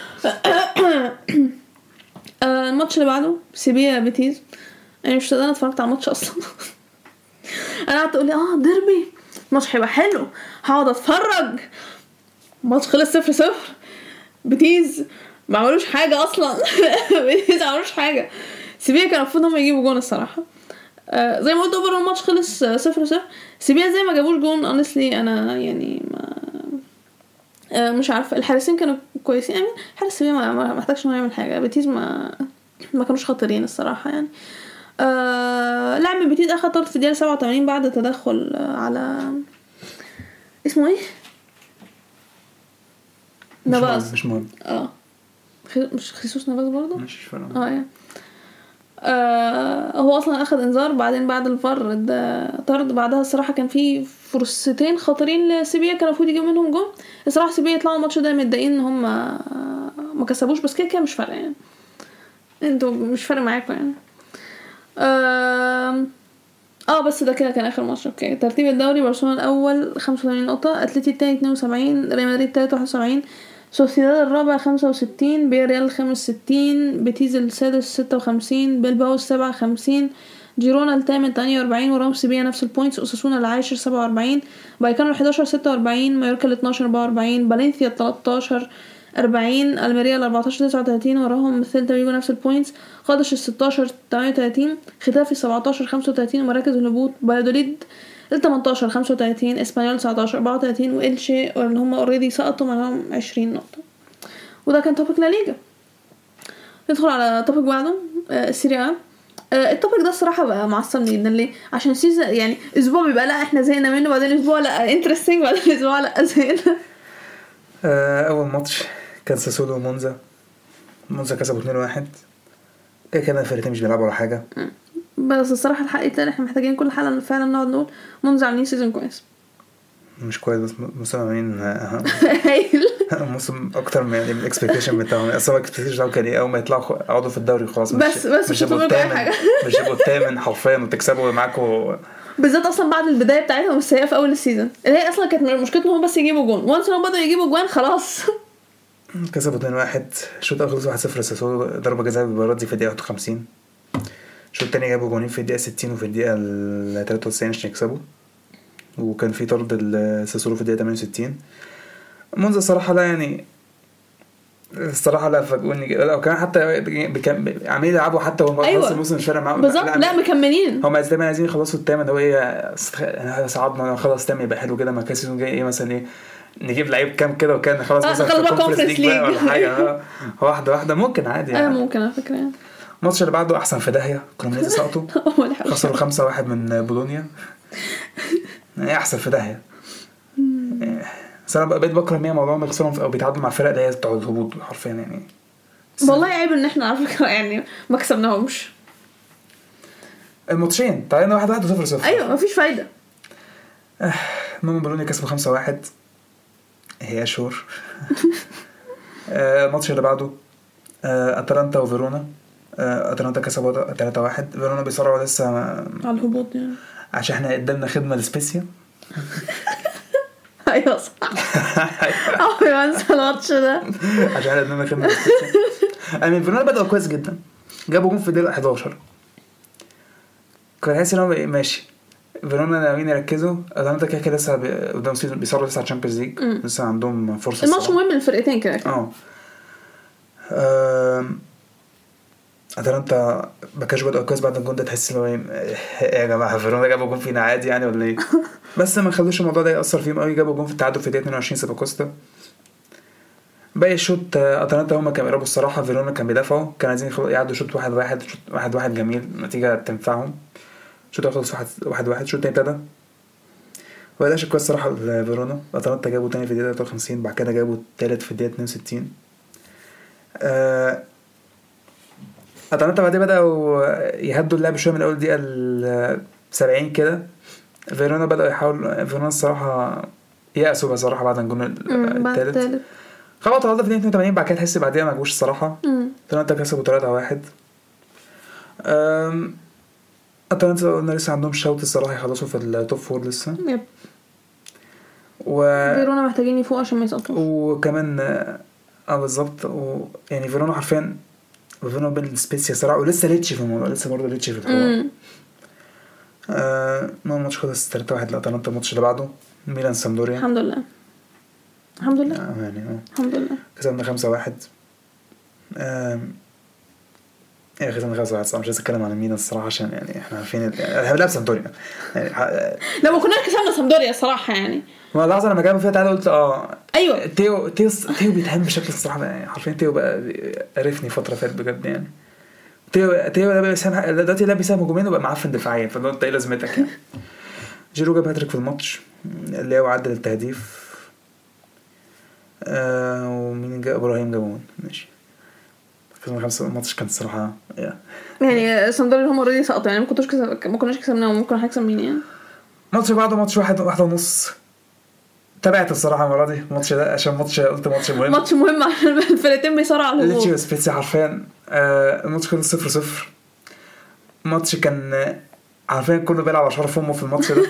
الماتش اللي بعده سيبيا بيتيز. انا مش انا اتفرجت على الماتش اصلا. انا قعدت اقول اه ديربي الماتش هيبقى حلو هقعد اتفرج. الماتش خلص صفر صفر. بيتيز ما عملوش حاجه اصلا. بيتيز ما عملوش حاجه. سيبيا كان المفروض هم يجيبوا جون الصراحه. آه زي ما قلت اوفر الماتش خلص صفر صفر. سيبيا زي ما جابوش جون honestly انا يعني ما آه مش عارفه الحارسين كانوا كويسين يعني. حارس سيفيا ما ما محتاجش انه يعمل حاجه. بيتيز ما ما كانوش خطيرين الصراحه يعني. آه لاعب بيتيز اخد طرد في الدقيقه سبعة وثمانين بعد تدخل آه على اسمه ايه نافاس. مش مهم. اه خي... مش خيسوس نافاس برضه مش فارق. اه يعني آه هو اصلا اخد انذار بعدين بعد الفر ده طرد. بعدها الصراحه كان في فرصتين خطرين لسيبيا كان المفروض يجيب منهم جول. الصراحه سيبيا يطلعوا الماتش ده متضايقين ان هم ما كسبوش بس كده كده مش فارقه يعني. انتوا مش فارق معاكم يعني. اه اه بس ده كده كان اخر ماتش. اوكي ترتيب الدوري برشلونه الاول خمسة وثمانين نقطه اتلتي الثاني اثنين وسبعين ريال مدريد ثالث واحد وسبعين سوسيداد الرابع خمسة وستين بيريال الخامس ستين بيتيز السادس ستة وخمسين بيلباو السابع خمسين جيرونا الثامن ثمانية وأربعين ورام سيبيا نفس البوينتس اوساسونا العاشر سبعة وأربعين بايكانو الحداشر ستة وأربعين مايوركا الاثناشر أربعة وأربعين فالنسيا التلتاشر أربعين الميريا الأربعتاشر تسعة وثلاثين وراهم سيلتا فيجو نفس البوينتس قادش الستاشر ثمانية وثلاثين ختافي السبعتاشر خمسة وثلاثين ومراكز الهبوط بايدوليد التمنتاشر خمسة وثلاثين اسبانيول تسعتاشر أربعة وثلاثين والشي اللي هم اوريدي سقطوا معاهم عشرين نقطة. وده كان توبيك لا ليجا. ندخل على توبيك بعده السيريا. التوبيك ده الصراحه بقى معصبني جدا ليه عشان السيزون يعني اسبوع بيبقى لا احنا زهقنا منه بعدين اسبوع لا انترستينج بعدين اسبوع لا زهقنا. اول ماتش كان ساسولو ومونزا. مونزا كسبوا اتنين واحد. كده كده الفريقين مش بيلعبوا ولا حاجه بس الصراحه الحق يتقال احنا محتاجين كل حلقه فعلا نقعد نقول مونزا عاملين سيزون كويس. مش كويس بس مسمعين هايل موسم اكتر من يعني الاكسبكتيشن بتاعهم. اصلا الاكسبكتيشن بتاعهم كان ايه اول ما يطلعوا يقعدوا في الدوري خلاص بس بس مش هيبقوا الثامن مش هيبقوا الثامن حرفيا وتكسبوا معاكم بالذات اصلا بعد البدايه بتاعتهم السيئه في اول السيزون اللي هي اصلا كانت مشكلتهم هم بس يجيبوا جون وانس هم بدأوا يجيبوا جوان خلاص. كسبوا اتنين واحد. الشوط الاول خلص واحد صفر ساسولو ضربه جزاء بالبرازيل في الدقيقه واحد وخمسين. الشوط الثاني جابوا جونين في الدقيقه ستين وفي الدقيقه تلاتة وتسعين عشان يكسبوا وكان في طرد الساسولو في الدقيقه تمانية وستين. منذ الصراحه لا يعني الصراحه لا فاجئوني لو كان حتى عاملين يلعبوا حتى وهم أيوة. خلصوا الموسم مش فارق معاهم بالظبط لا, لا مكملين هم عايزين عايزين يخلصوا الثامن. هو ايه احنا صعدنا نخلص الثامن يبقى حلو كده ما كان السيزون جاي ايه مثلا ايه نجيب لعيب كام كده وكان خلاص آه مثلا خلاص كونفرنس ليج ولا حاجه واحده واحده ممكن عادي يعني. اه ممكن على فكره يعني. الماتش اللي بعده احسن في داهيه كرومونيزي سقطوا خسروا خمسة واحد من بولونيا. يعني احسن في داهيه. بس انا بقيت بكره مية موضوع ما يخسرهم او بيتعادلوا مع الفرق اللي هي بتوع الهبوط حرفيا يعني. والله عيب ان احنا على فكره يعني ما كسبناهمش الماتشين تعادلنا واحد واحد وصفر صفر. ايوه مفيش فايده. المهم بولونيا كسبوا خمسة واحد هي شور. الماتش اللي بعده اتلانتا وفيرونا. اتلانتا كسبوا تلاتة واحد. فيرونا بيصارعوا لسه على الهبوط يعني عشان احنا قدمنا خدمه لسبيسيا. ايوه صح. ايوه انسى الماتش ده عشان احنا قدمنا خدمه لسبيسيا. انا فيرونا بدأوا كويس جدا جابوا جون في الدقيقه حداشر. كان حاسس ان هو ماشي فيرونا ناويين يركزوا. اتلانتا كده كده لسه قدام سيزون بيصارعوا لسه على الشامبيونز ليج لسه عندهم فرصه. الماتش مهم للفرقتين كده اه اتلانتا ما كانش بدأ كويس بعد الجون ده تحس ان هو يا جماعه فيرونا جابوا جون فينا عادي يعني ولا ايه. بس ما خلوش الموضوع ده يأثر فيهم قوي. جابوا جون في التعادل في الدقيقه اتنين وعشرين ساباكوستا. باقي الشوط اتلانتا هما كانوا بيلعبوا الصراحه. فيرونا كان بيدافعوا كان عايزين يعدوا شوط واحد واحد شوط واحد واحد جميل نتيجه تنفعهم. شوط خلص واحد واحد واحد. شوط تاني ابتدى وبداش كويس الصراحه فيرونا. اتلانتا جابوا تاني في الدقيقه تلاتة وخمسين بعد كده جابوا التالت في الدقيقه اتنين وستين. أه اتلانتا بعدين بدأوا يهدوا اللعب شويه من اول دقيقه ال سبعين كده. فيرونا بدأوا يحاولوا. فيرونا الصراحه يأسوا بصراحه بعد الجون الثالث خلاص طلعوا في اتنين وتمانين بعد كده تحس بعديها ما جوش الصراحه. اتلانتا كسبوا تلاتة واحد. امم اتلانتا قلنا لسه عندهم شوط الصراحه يخلصوا في التوب فور لسه. يب. و فيرونا محتاجين يفوقوا عشان ما يسقطوش. وكمان اه بالظبط و... يعني فيرونا حرفيا فيرونا بين سبيسيا صراحه ولسه ليتشي في الموضوع لسه برضه ليتشي في الحوار. آه ما الماتش خلص تلاتة واحد لاتلانتا. الماتش اللي بعده ميلان سامدوريا. الحمد لله الحمد لله آه يعني اه الحمد لله كسبنا خمسة واحد. آه يا اخي خمسة واحد صراحه مش عايز اتكلم عن ميلان الصراحه عشان يعني احنا عارفين احنا بنلعب سامدوريا يعني لما كنا كسبنا سامدوريا الصراحه يعني ما لحظه لما جابوا فيها تعادل قلت اه ايوه تيو تيو تيو بيتهم بشكل الصراحه يعني حرفيا تيو بقى قرفني فتره فاتت بجد يعني. تيو تيو ده بيسامح دلوقتي لا بيسامح هجوميا وبقى معفن دفاعيا فده انت ايه لازمتك يعني. جيرو جاب هاتريك في الماتش اللي هو عدل التهديف. آه ومين جاب؟ ابراهيم جابون ماشي. كان خمسة الماتش كان الصراحه يعني صندوق هم اوريدي سقطوا يعني ما كنتوش كسب... ما كناش كسبنا وممكن هنكسب مين يعني. ماتش بعده ماتش واحد واحدة ونص تابعت الصراحه المره دي الماتش ده عشان ماتش قلت ماتش مهم ماتش مهم عشان الفرقتين بيصارعوا على الهبوط. ليتشي وسبيتسي حرفيا. آه الماتش كان صفر صفر. الماتش كان عارفين كله بيلعب على شرف امه في الماتش ده.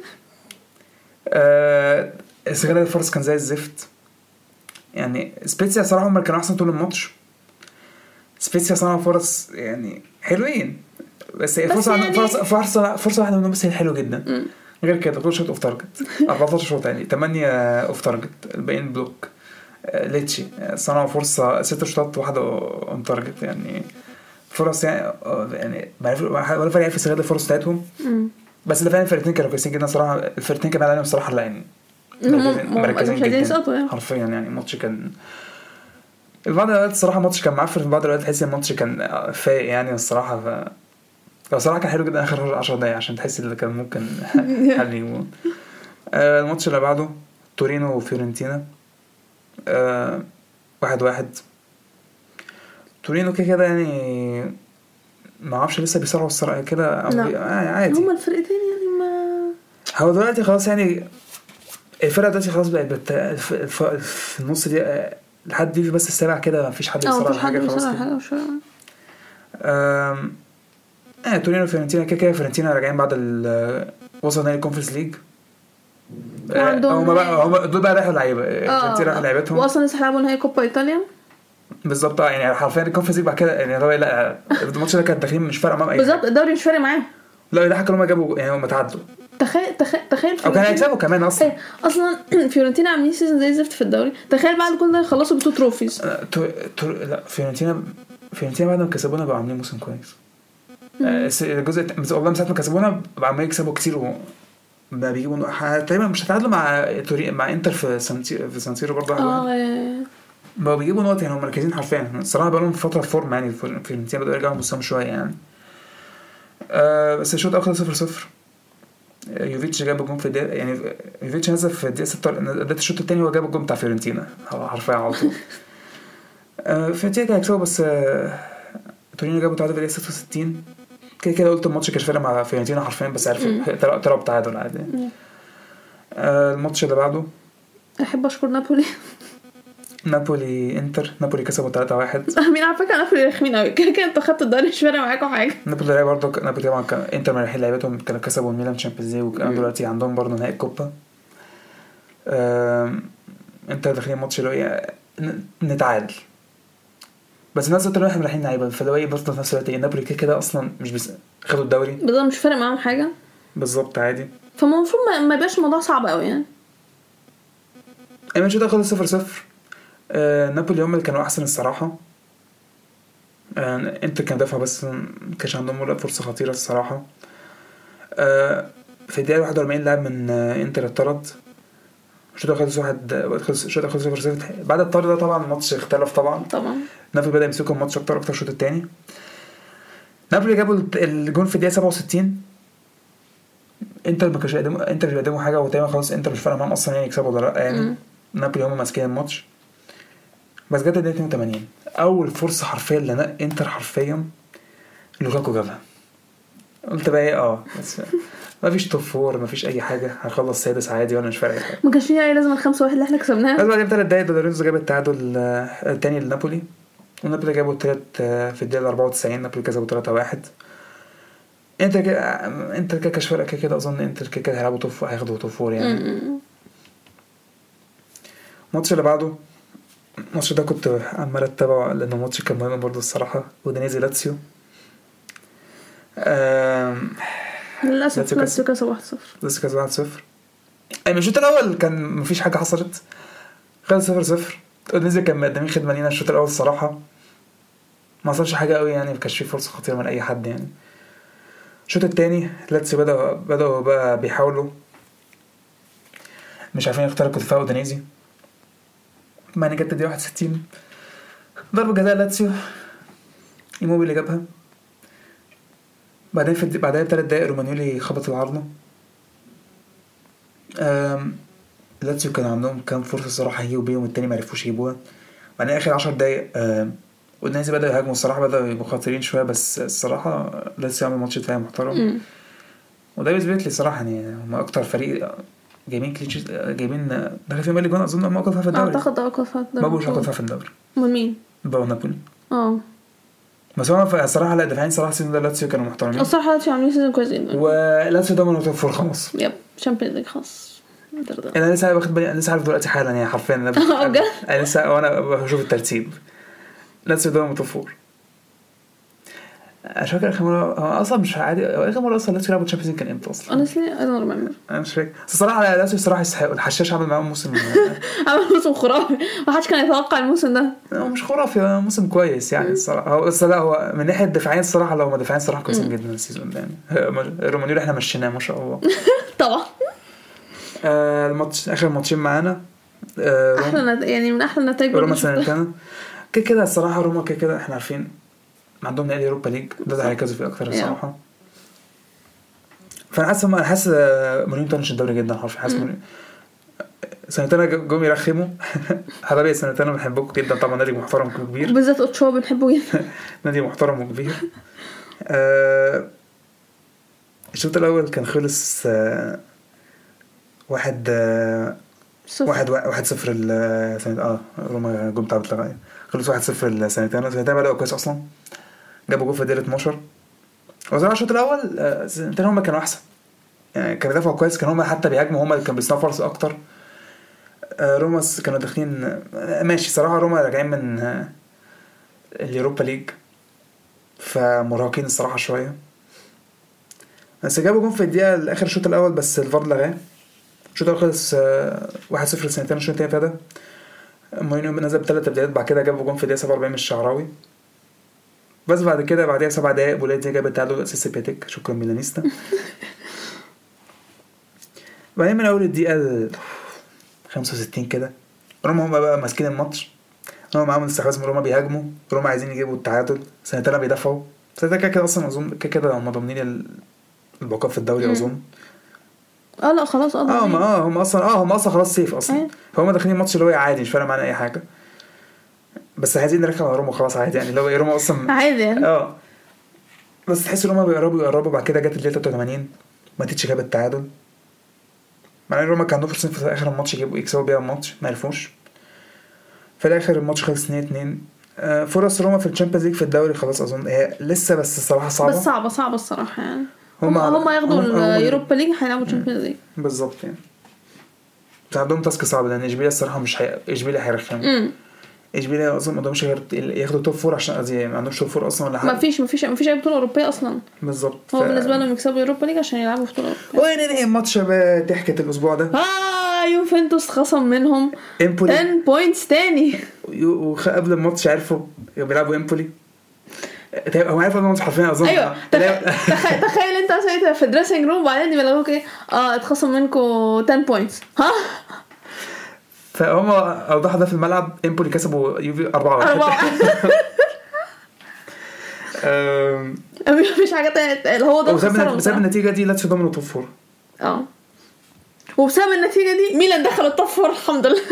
آه استغلال الفرص كان زي الزفت يعني. سبيتسيا صراحه هم كانوا احسن طول الماتش. سبيتسيا صنعوا فرص يعني حلوين بس فرصه يعني فرصه فرصه فرصه واحده منهم بس هي حلوه جدا م. غير كده كل شوط اوف تارجت أربعتاشر شوط يعني ثمانية اوف تارجت الباقيين بلوك. آه ليتشي صنعوا فرصه ست شوطات واحده اون تارجت يعني فرص يعني يعني ولا فرق في استغلال الفرص بتاعتهم. بس اللي فعلا الفرقتين كانوا كويسين جدا صراحه. الفرقتين كانوا عليهم الصراحه لا يعني مركزين جدا حرفيا يعني. الماتش كان بعض الاوقات الصراحه الماتش كان معفن في بعض الاوقات تحس الماتش كان فايق يعني الصراحه. ف الصراحه كان حلو جدا اخر عشر دقايق عشان تحس اللي كان ممكن حل يجون. آه الماتش اللي بعده تورينو وفيورنتينا آه واحد واحد. تورينو كده كده يعني ما اعرفش لسه بيصارعوا الصراحه كده عادي هما الفرقتين يعني ما هو دلوقتي خلاص يعني الفرقه دلوقتي خلاص بقت بت... في النص دي لحد دي بس السابع كده مفيش حد بيصارع حاجه خلاص كده. امم اه تورينو وفيورنتينا كده كده. فيورنتينا راجعين بعد ال وصل نهائي الكونفرنس ليج. هم بقى هم دول بقى رايحوا لعيبه فيورنتينا رايحوا لعيبتهم واصلا لسه هيلعبوا نهائي كوبا ايطاليا بالظبط يعني حرفيا الكونفرنس ليج بعد كده يعني هو لا الماتش ده كان داخلين مش فارق معاهم اي بالظبط الدوري مش فارق معاهم لا ده حكى لهم جابوا يعني هم تعادلوا تخيل تخيل تخيل او كانوا هيكسبوا كمان اصلا ايه اصلا فيورنتينا عاملين سيزون زي الزفت في الدوري. تخيل بعد كل ده يخلصوا بتو تروفيز. تو... تو... لا فيورنتينا فيورنتينا بعد ما كسبونا بقوا عاملين موسم كويس. الجزء والله من ساعه ما كسبونا بقوا عمالين يكسبوا كتير و ما بيجيبوا تقريبا مش هتعادلوا مع توري مع انتر في سانسيرو في سانسيرو برضه اه ما بيجيبوا نقط يعني هم مركزين حرفيا الصراحه بقى لهم فتره فورم يعني فيورنتينا بدأوا يرجعوا مستواهم شويه يعني. آه بس الشوط اخر صفر صفر. يوفيتش جاب الجون في الدقيقه يعني يوفيتش نزل في الدقيقه ستة ده الشوط الثاني هو جاب الجون بتاع فيورنتينا حرفيا على طول. آه فيورنتينا كان هيكسبوا بس آه تورينو جابوا تعادل في الدقيقه ستة وستين. كده كده قلت الماتش كان فارق مع فيورنتينا حرفيا بس عرفوا طلعوا تعادل عادي. آه الماتش اللي بعده احب اشكر نابولي نابولي انتر. نابولي كسبوا ثلاثة واحد. مين عارفه كان نابولي رخمين قوي كده كده انتوا خدتوا الدوري مش فارق معاكم حاجه. نابولي برضه نابولي طبعا كان انتر مريحين لعيبتهم كانوا كسبوا الميلان تشامبيونز ليج وكانوا دلوقتي عندهم برضه نهائي الكوبا. انتر داخلين الماتش اللي هو نتعادل بس الناس اللي رايحين رايحين لعيبه فلو ايه برضه في نفس الوقت نابولي كده كده اصلا مش بس خدوا الدوري بالظبط مش فارق معاهم حاجه بالظبط عادي. فالمفروض ما يبقاش الموضوع صعب قوي يعني. الماتش ده خلص صفر صفر. آه، نابولي هم اللي كانوا احسن الصراحه. آه، انتر كان دافع بس كانش عندهم ولا فرصه خطيره الصراحه. آه، في الدقيقه واحد وأربعين لاعب من آه، انتر اتطرد. الشوط خلص واحد خلص الشوط خلص صفر صفر. بعد الطرد ده طبعا الماتش اختلف طبعا طبعا نابولي بدا يمسكوا الماتش اكتر اكتر الشوط الثاني. نابولي جابوا الجون في الدقيقه سبعة وستين. انتر ما كانش يقدموا انتر بيقدموا حاجه وتقريبا خلاص انتر مش فارقه معاهم اصلا يعني يكسبوا ولا لا يعني. نابولي هم ماسكين الماتش بس جت الدقيقه اتنين وتمانين اول فرصه حرفيا لنا انتر حرفيا لوكاكو جابها. قلت بقى ايه اه بس ما فيش توب فور ما فيش اي حاجه هنخلص سادس عادي وانا مش فارق حاجه ما كانش فيها اي لازمه الخمسة واحد اللي احنا كسبناها. بس بعد ثلاث دقايق لورينزو جاب التعادل الثاني لنابولي ونابولي جابوا الثالث في الدقيقه أربعة وتسعين. نابولي كسبوا ثلاثة واحد. انت كده انت كده كاش فرق كده اظن انت كده هيلعبوا توب هياخدوا توب فور يعني. الماتش اللي بعده الماتش ده كنت عمال اتابعه لانه ماتش كان مهم برضه الصراحه ودينيزي لاتسيو. للاسف لاتسيو كسب واحد صفر. لاتسيو كسب واحد صفر. اي الشوط الاول كان مفيش حاجه حصلت خلص صفر صفر. دينيزي كان مقدمين خدمه لينا الشوط الاول الصراحه ما حصلش حاجه قوي يعني ما كانش فيه فرصه خطيره من اي حد يعني. الشوط الثاني لاتسيو بدا بداوا بقى بيحاولوا مش عارفين يخترقوا دفاع دينيزي معني جت دي واحد وستين ضربة جزاء لاتسيو ايموبيلي اللي جابها. بعدين في بعدها بثلاث دقايق رومانيولي خبط العارضة. لاتسيو كان عندهم كام فرصة الصراحة يجيبوا بيهم التاني ما عرفوش يجيبوها. بعدين اخر عشر دقايق والناس بدأوا يهاجموا الصراحة بدأوا يبقوا خطيرين شوية بس الصراحة لاتسيو عمل ماتش دفاعي محترم. وده بيثبت لي صراحة يعني هم أكتر فريق جايبين كليتش جايبين دخل فيهم اللي جون أظن ما أوقفها في الدوري. أعتقد أوقفها في الدوري. ما بقولش أوقفها في الدوري. من مين؟ باو نابولي. اه. بس هو الصراحة لا دفاعين صراحة سيزون ده لاتسيو كانوا محترمين. الصراحة لاتسيو عاملين سيزون كويس جدا. ولاتسيو ضمن توب فور خلاص. يب شامبيونز ليج خلاص. أنا لسه واخد بالي أنا لسه عارف دلوقتي حالا يعني حرفيا أنا أنا لسه وأنا بشوف الترتيب. لاتسيو ضمن توب فور. مش فاكر اخر مره اصلا مش عادي اخر مره اصلا لاتسيو لعبوا تشامبيونز كان امتى اصلا. honestly I don't remember. انا مش فاكر الصراحه لاتسيو الصراحه يستحق. الحشاش عمل معاهم موسم عمل موسم خرافي ما حدش كان يتوقع الموسم ده. هو مش خرافي هو موسم كويس يعني الصراحه. هو الصراحه هو من ناحيه الدفاعين الصراحه لو ما دفاعين الصراحه كويسين جدا السيزون ده يعني. رومانيولي احنا مشيناه ما شاء الله. طبعا. آه الماتش اخر ماتشين معانا آه احلى نت... يعني من احلى النتائج روما سنتنا كده كده الصراحه. روما كده كده احنا عارفين عندهم نادي اوروبا ليج ده هيركزوا فيه اكتر الصراحه. فانا حاسس انا حاسس مورينيو طنش الدوري جدا حرفيا. حاسس مورينيو سنتنا جم يرخموا حبايبي سنتنا بنحبكم جدا طبعا. نادي محترم كبير بالذات اوتشوا بنحبه جدا. نادي محترم وكبير. آه الشوط الاول كان خلص آه واحد آه واحد واحد صفر السنة اه روما جم تعبت لغاية خلص واحد صفر السنتين. السنتين بدأوا كويس اصلا جابوا جول في الدقيقة اتناشر. وزي الشوط الاول السنتين هم كانوا احسن يعني كانوا دافعوا كويس. كانوا هم حتى بيهاجموا هم كانوا بيصنعوا فرص اكتر. روما كانوا داخلين ماشي صراحة. روما راجعين من اليوروبا ليج فمراهقين الصراحة شوية. بس جابوا جول في الدقيقة الاخر الشوط الاول بس الفار لغاه. الشوط الاول خلص واحد صفر السنتين. الشوط الثاني فده مورينيو نزل بثلاث تبديلات بعد كده جابوا جون في الدقيقة سبعة وأربعين من الشعراوي. بس بعد كده بعدها سبع دقايق بوليتي جاب التعادل اساسي بيتك. شكرا ميلانيستا. بعدين من اول الدقيقة خمسة وستين كده روما هم بقى ماسكين الماتش. روما معاهم استحواذ من روما بيهاجموا. روما عايزين يجيبوا التعادل. سنتنا بيدافعوا. سنتنا كده كده اصلا اظن كده كده هم ضامنين البقاء في الدوري اظن. اه لا خلاص اه هم اه هم اصلا اه هم اصلا خلاص سيف اصلا. فهم داخلين الماتش اللي هو عادي مش فارق معانا اي حاجه. بس عايزين نركب على روما خلاص عادي يعني لو روما اصلا عادي يعني. اه بس تحس روما بيقربوا يقربوا. بعد كده جت الدقيقه تلاتة وتمانين ما تيجي جاب التعادل. معناه روما كان عندهم فرصه في اخر الماتش يجيبوا يكسبوا بيها الماتش ما عرفوش. في الاخر الماتش خلص اتنين اتنين. آه فرص روما في الشامبيونز ليج في الدوري خلاص اظن هي لسه بس الصراحه صعبه. بس صعبه صعبه الصراحه يعني. هم هم ياخدوا اليوروبا ليج هيلعبوا الشامبيونز ليج بالظبط يعني. عندهم تاسك صعب لان اشبيليا الصراحه مش هي... اشبيليا هيرخم. اشبيليا اصلا ما عندهمش غير ياخدوا توب فور عشان ازي ما عندهمش توب فور اصلا ولا حاجه. ما فيش ما فيش ما فيش اي بطوله اوروبيه اصلا بالظبط. هو ف... بالنسبه لهم يكسبوا يوروبا ليج عشان يلعبوا بطوله اوروبيه. وين ننهي الماتش ضحكه الاسبوع ده. اه يوفنتوس خصم منهم امبولي عشرة بوينتس تاني. وقبل الماتش عرفوا بيلعبوا امبولي. هو عارف ان هم حرفيا اظن. ايوه تخيل تخيل انت ساعتها في الدريسنج روم وبعدين بيقولوا ايه اه اتخصم منكم عشرة بوينتس ها. فهم اوضحوا ده في الملعب. امبولي كسبوا يوفي أربعة واحد. امم مفيش حاجه تانية اللي هو ده. وبسبب النتيجه دي لاتسيو ضمنوا توب فور. اه وبسبب النتيجه دي ميلان دخل التوب فور الحمد لله.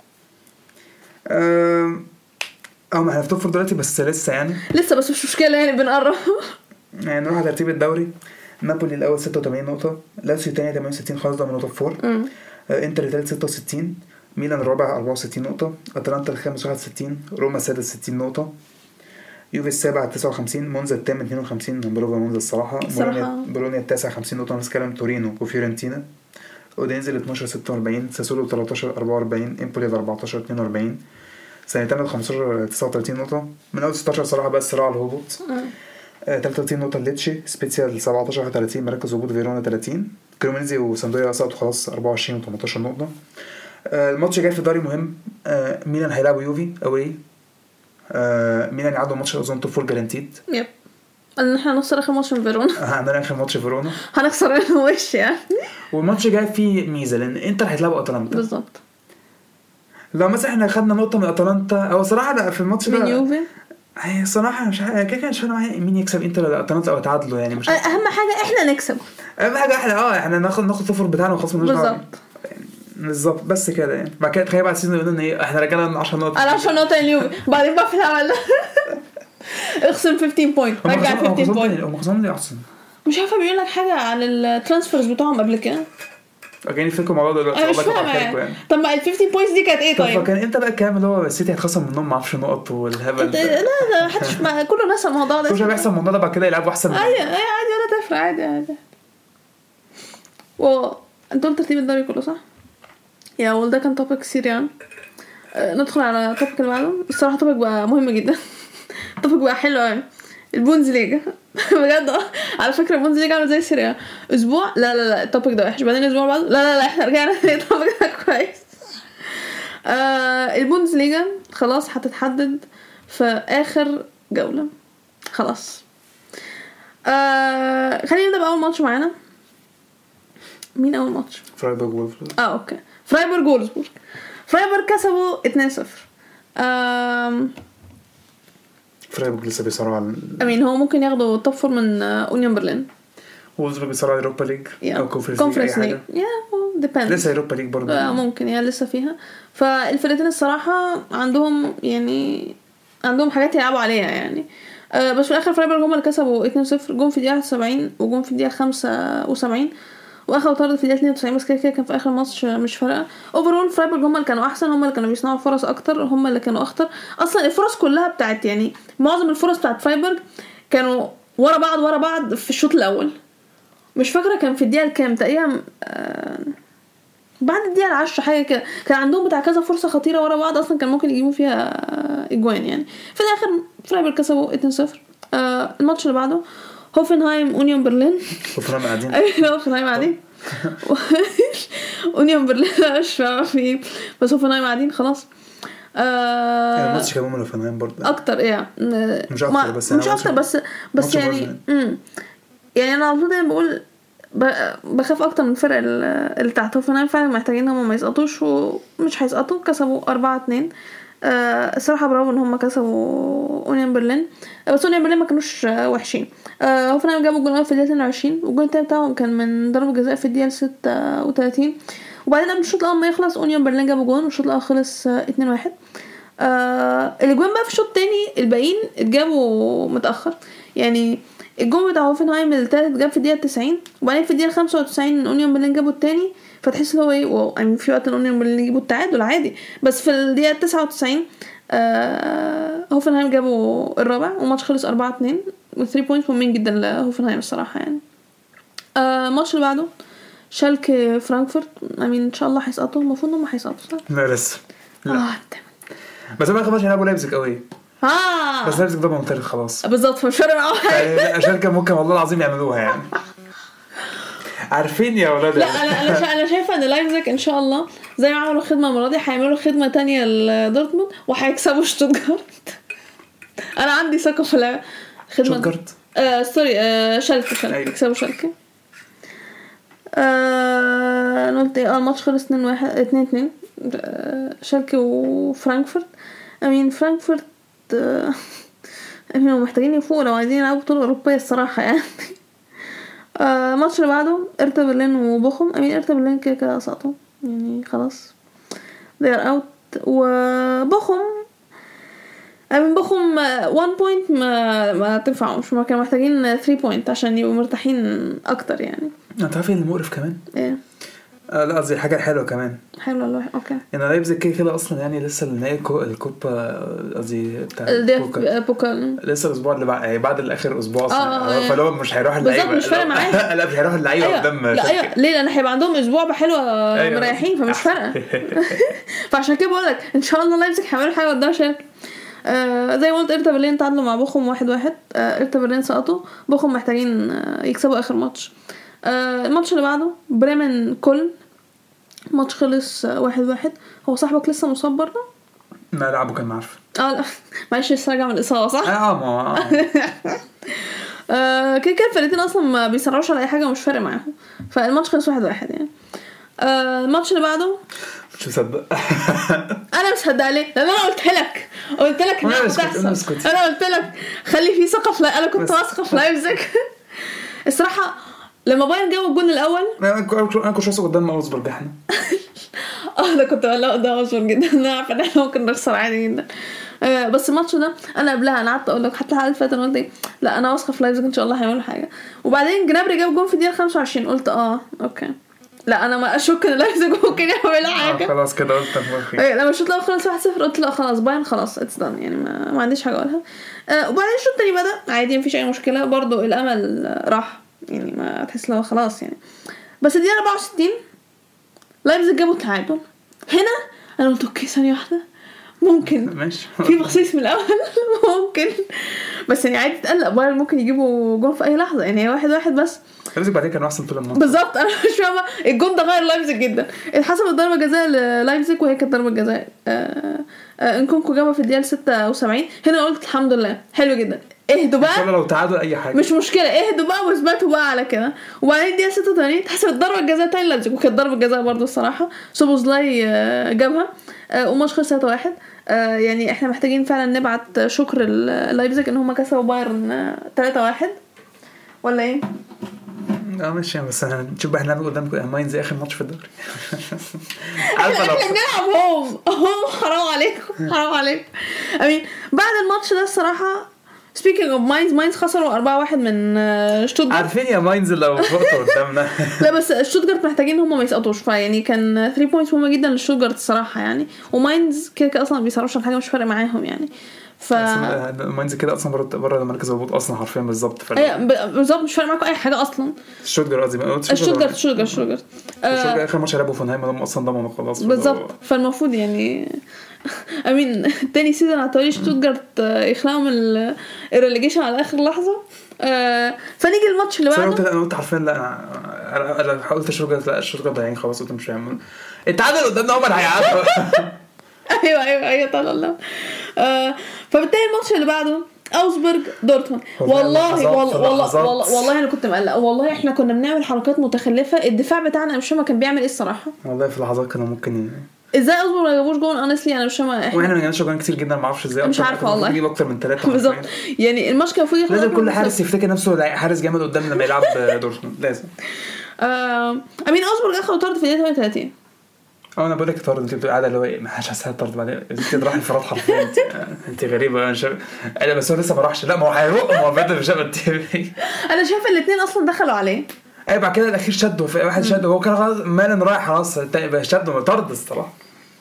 امم اه ما احنا في توب فور دلوقتي بس لسه يعني لسه بس مش مشكله يعني بنقرب يعني. نروح على ترتيب الدوري. نابولي الاول ستة وتمانين نقطه. لاتسيو الثاني تمانية وستين خلاص ضمنوا توب فور. آه انتر الثالث ستة وستين. ميلان الرابع أربعة وستين نقطه. اتلانتا الخامس واحد وستين. روما السادس ستين نقطه. يوفي السابع تسعة وخمسين. مونزا الثامن اتنين وخمسين. من بروفا مونزا الصراحه. بولونيا التاسع خمسين نقطه. نفس كلام تورينو وفيورنتينا. اودينزي اتناشر ستة وأربعين. ساسولو تلتاشر أربعة وأربعين. امبولي أربعتاشر اتنين وأربعين. سنتين خمستاشر تسعة وتلاتين نقطه. من اول ستاشر صراحه بقى الصراع على الهبوط. آه تلاتة وتلاتين نقطه ليتشي. سبيتسيا سبعتاشر واحد وتلاتين. مركز هبوط فيرونا تلاتين. كرومينيزي وساندوريا سقطوا خلاص أربعة وعشرين و تمنتاشر نقطه. آه الماتش جاي في الدوري مهم. آه ميلان هيلعبوا يوفي اوي. آه ميلان يعدوا ماتش اظن توب فور جارانتيد. يب ان احنا نخسر اخر ماتش من فيرونا. عندنا اخر ماتش فيرونا هنخسر منه وش يعني. والماتش جاي فيه ميزه لان انتر هيلعبوا اتلانتا بالظبط. لو مثلا احنا خدنا نقطه من اتلانتا او صراحه لا في الماتش ده من يوفي هي صراحه مش كده كده مش فارق معايا مين يكسب انتر ولا اتلانتا او تعادلوا يعني مش اهم حاجه احنا نكسب اهم حاجه احنا اه احنا ناخد ناخد صفر بتاعنا وخلاص مالناش دعوه بالظبط بالظبط بس كده يعني. بعد كده تخيل بعد السيزون يقولوا ان ايه احنا رجعنا عشرة نقط انا عشان نقطه اليوفي بعدين بقى في العمل اخصم خمستاشر بوينت رجع خمستاشر بوينت هم خصموا لي احسن مش عارفه بيقول لك حاجه عن الترانسفيرز بتوعهم قبل كده اجاني فيكم الموضوع ده انا مش فاهمه يعني. طب ما ال خمستاشر بوينتس دي كانت ايه طيب فكان انت بقى الكلام اللي هو السيتي هتخصم منهم ما اعرفش نقط والهبل لا لا محدش ما كله نسى الموضوع ده كل شويه بيحصل الموضوع ده بعد كده يلعبوا احسن ايوه ايوه عادي ولا تفرق عادي عادي و انت قلت ترتيب الدوري كله صح يا ولد ده كان توبيك سريع أه ندخل على توبيك اللي بعده الصراحه توبيك بقى مهم جدا توبيك بقى حلو قوي البوندسليجا بجد على فكره البوندسليجا عامله زي سريع اسبوع لا لا لا التوبيك ده وحش بعدين الاسبوع بعده لا لا لا احنا رجعنا التوبيك ده كويس آه البوندسليجا خلاص هتتحدد في اخر جوله خلاص آه خلينا نبدا باول ماتش معانا مين اول ماتش فرايبورغ وولفسبورغ اه اوكي فرايبورغ وولفسبورغ فرايبورغ كسبوا اتنين صفر امم فرايبورغ لسه بيصارعوا على امين هو ممكن ياخدوا توب فور من اونيون برلين وولفسبورغ بيصارعوا على اوروبا ليج او كونفرنس ليج يا ديبند لسه اوروبا ليج برضه آه ممكن يا لسه فيها فالفرقتين الصراحه عندهم يعني عندهم حاجات يلعبوا عليها يعني آه بس في الاخر فرايبورغ هم اللي كسبوا اتنين صفر جون في الدقيقه واحد وسبعين وجون في الدقيقه خمسة وسبعين واخدوا طرد في الدقيقه اتنين وتسعين بس كده كده كان في اخر ماتش مش فارقه اوفرول فرايبورغ هم اللي كانوا احسن هم اللي كانوا بيصنعوا فرص اكتر هم اللي كانوا اخطر اصلا الفرص كلها بتاعت يعني معظم الفرص بتاعت فرايبورغ كانوا ورا بعض ورا بعض في الشوط الاول مش فاكره كان في الدقيقه كام تقريبا آه بعد الدقيقه العاشرة حاجه كده كان عندهم بتاع كذا فرصه خطيره ورا بعض اصلا كان ممكن يجيبوا فيها اجوان يعني في الاخر فرايبورغ كسبوا اتنين صفر آه الماتش اللي بعده هوفنهايم اونيون برلين هوفنهايم قاعدين ايوه هوفنهايم قاعدين اونيون برلين مش فاهمه في بس هوفنهايم قاعدين خلاص آه الماتش كمان من هوفنهايم برضه اكتر ايه مش اكتر بس مش اكتر بس بس يعني امم يعني انا على طول بقول بخاف اكتر من الفرق اللي تحت هوفنهايم فعلا محتاجين هم ما يسقطوش ومش هيسقطوا كسبوا أربعة اتنين آه الصراحه برافو ان هم كسبوا اونيون برلين بس اونيون برلين ما كانوش آه وحشين آه هوفنهايم جابوا جول في الدقيقه اتنين وعشرين والجول الثاني بتاعهم كان من ضربه جزاء في الدقيقه ستة وتلاتين وبعدين قبل الشوط الاول ما يخلص اونيون برلين جابوا جول والشوط الاول خلص آه اتنين واحد آه الاجوان بقى في الشوط الثاني الباقيين اتجابوا متاخر يعني الجول بتاع هوفنهايم الثالث جاب في الدقيقه تسعين وبعدين في الدقيقه خمسة وتسعين اونيون برلين جابوا الثاني فتحس ان هو ايه واو يعني في وقت الاونيون برلين يجيبوا التعادل عادي بس في الدقيقه تسعة وتسعين آه هوفنهايم جابوا الرابع والماتش خلص أربعة اتنين و3 بوينتس مهمين جدا لهوفنهايم الصراحه يعني آه الماتش اللي بعده شالكه فرانكفورت امين ان شاء الله هيسقطوا المفروض انهم هيسقطوا صح لا لسه لا اه بس ما خلاص هيلعبوا لايبزيج قوي اه بس لايبزيج ده منطقي خلاص بالظبط فمش فارق معاهم لا شركه ممكن والله العظيم يعملوها يعني عارفين يا ولاد لا انا انا شا... انا شايفه ان لايبزيج ان شاء الله زي ما عملوا خدمه المره دي هيعملوا خدمه تانية لدورتموند وهيكسبوا شتوتغارت انا عندي ثقه في لا خدمه شتوتغارت آه سوري آه شالكه شالكه يكسبوا شالكه آه قلت ايه الماتش خلص اتنين واحد اتنين اتنين آه شالكه وفرانكفورت امين فرانكفورت آه امين محتاجين يفوقوا لو عايزين يلعبوا بطوله اوروبيه الصراحه يعني آه ماتش اللي بعده ارتا برلين وبوخم امين ارتا برلين كده كده سقطوا يعني خلاص they are out وبوخم امين بوخم one point ما ما تنفعوش ما كانوا محتاجين ثري بوينت عشان يبقوا مرتاحين اكتر يعني انت عارف ايه المقرف كمان ايه آه لا قصدي حاجه حلوه كمان حلوه والله اوكي يعني لايبزيج كده كده اصلا يعني لسه النهائي الكوبا قصدي بتاع بوكال لسه الاسبوع اللي بعد بعد الاخر اسبوع اصلا آه فلو مش هيروح اللعيبه مش فارق معاه لا مش هيروح اللعيبه أيوة. قدام لا ايوه ليه لان هيبقى عندهم اسبوع حلوه أيوة. مريحين فمش فارقه فعشان كده بقول لك ان شاء الله لايبزيج هيعملوا حاجه قدام شركه آه زي ما قلت ارتا برلين تعادلوا مع بوخم واحد واحد آه ارتا برلين سقطوا بوخم محتاجين آه يكسبوا اخر ماتش آه الماتش اللي بعده بريمن كولن ماتش خلص واحد واحد هو صاحبك لسه مصاب برضه ما لعبه كان عارف اه لا معلش لسه راجع من الاصابه صح اه ما اه كده كده الفريقين اصلا ما بيسرعوش على اي حاجه ومش فارق معاهم فالماتش خلص واحد واحد يعني آه الماتش اللي بعده مش مصدق انا انا مصدق ليه؟ لان انا قلت لك قلت لك انها بتحصل. انا قلت لك خلي في ثقه في، انا كنت واثقه في لايبزيج. الصراحه لما بايرن جابوا الجون الاول انا كنت واثق قدام اوزبورج احنا. اه انا كنت لا قدام اوزبورج جدا، انا عارفه ان احنا ممكن نخسر عادي جدا. آه بس الماتش ده انا قبلها انا قعدت اقول لك حتى الحلقه اللي فاتت انا قلت لا انا واثقه في لايبزيج ان شاء الله هيعملوا حاجه. وبعدين جنابري جاب جون في الدقيقه خمسة وعشرين قلت اه اوكي لا انا ما اشك ان لايبزيج ممكن يعمل حاجه. آه خلاص كده قلت موافق. ايه لما الشوط الاول خلص واحد صفر قلت لا خلاص باين خلاص اتس دان يعني ما, ما عنديش حاجه اقولها. آه وبعدين الشوط الثاني بدا عادي مفيش اي مشكله برضو الامل راح يعني ما تحس له خلاص يعني. بس الدقيقه أربعة وستين لايبزيج جابوا التعادل. هنا انا قلت اوكي ثانيه واحده ممكن ماشي في بخصيص من الاول ممكن بس يعني عادي تقلق بايرن ممكن يجيبوا جون في اي لحظه يعني هي واحد واحد بس. لايبزيج بعدين كانوا احسن طول الماتش بالظبط. انا مش فاهمه الجون ده غير لايبزيج جدا. اتحسبت ضربه جزاء للايبزيج وهي كانت ضربه جزاء انكونكو جابها في الدقيقه ستة وسبعين. هنا قلت الحمد لله حلو جدا اهدوا بقى ان شاء الله لو تعادل اي حاجه مش مشكله اهدوا بقى واثبتوا بقى على كده. وبعدين الدقيقه ستة وثمانين اتحسبت ضربه جزاء تاني لايبزيج وكانت ضربه جزاء برضو الصراحه سوبوزلاي جابها وماتش خلص ثلاثة واحد. يعني احنا محتاجين فعلا نبعت شكر لايبزيج ان هم كسبوا بايرن ثلاثة واحد ولا ايه؟ اه ماشي بس انا نشوف بقى هنلعب قدام ماينز اخر ماتش في الدوري. عارفه لو بنلعب هوم هوم حرام عليكم حرام عليكم. امين بعد الماتش ده الصراحه speaking of ماينز ماينز خسروا أربعة واحد من شتوتغارت. عارفين يا ماينز لو فوتوا قدامنا. لا بس شتوتغارت محتاجين هم ما يسقطوش فيعني كان ثلاثة بوينتس مهمه جدا لشتوتغارت الصراحه يعني. وماينز كده كده اصلا ما بيصرفوش على حاجه مش فارق معاهم يعني. ف ماينز كده اصلا بره بره المركز الهبوط اصلا حرفيا بالظبط. ايوه بالظبط مش فارق معاكم اي حاجه اصلا. شتوتغارت قصدي شتوتغارت شتوتغارت شتوتغارت اخر ماتش لعبوا فنهايم هم اصلا ضمنوا خلاص بالظبط. فالمفروض يعني امين تاني سيزون على طريق شتوتغارت يخلعوا من الريليجيشن على اخر لحظه. آه فنيجي الماتش اللي بعده. انا قلت حرفيا لا انا انا قلت شتوتغارت لا شتوتغارت ضايعين خلاص قلت مش هيعملوا التعادل قدامنا هم اللي هيعادلوا. ايوه ايوه ايوه طال الله. آه فبالتالي الماتش اللي بعده اوزبورج دورتموند. والله والله والله والله, والله انا كنت مقلقه والله. احنا كنا بنعمل حركات متخلفه. الدفاع بتاعنا مش ما كان بيعمل ايه الصراحه والله في لحظات كانوا ممكن ازاي اوزبورج ما جابوش جون اونستلي انا مش فاهمه. واحنا ما جبناش جون كتير جدا ما اعرفش ازاي مش عارفه والله نجيب اكتر من ثلاثة بالظبط. يعني الماتش كان المفروض لازم كل حارس يفتكر نفسه حارس جامد قدام لما يلعب دورتموند لازم. آه امين اوزبورج اخذوا طرد في الدقيقه ثمانية وثلاثين. اه انا بقول لك طرد انت بتبقى قاعده اللي هو ما حدش هسهل طرد بعدين انت راح الفراد حرفيا. انت انت غريبه انا شايف انا بس هو لسه ما راحش لا ما هو هيروح ما هو بدل مش هبقى انا شايفه الاثنين اصلا دخلوا عليه. اي بعد كده الاخير شده في واحد شده هو كان خلاص مالن رايح خلاص الثاني شده طرد الصراحه.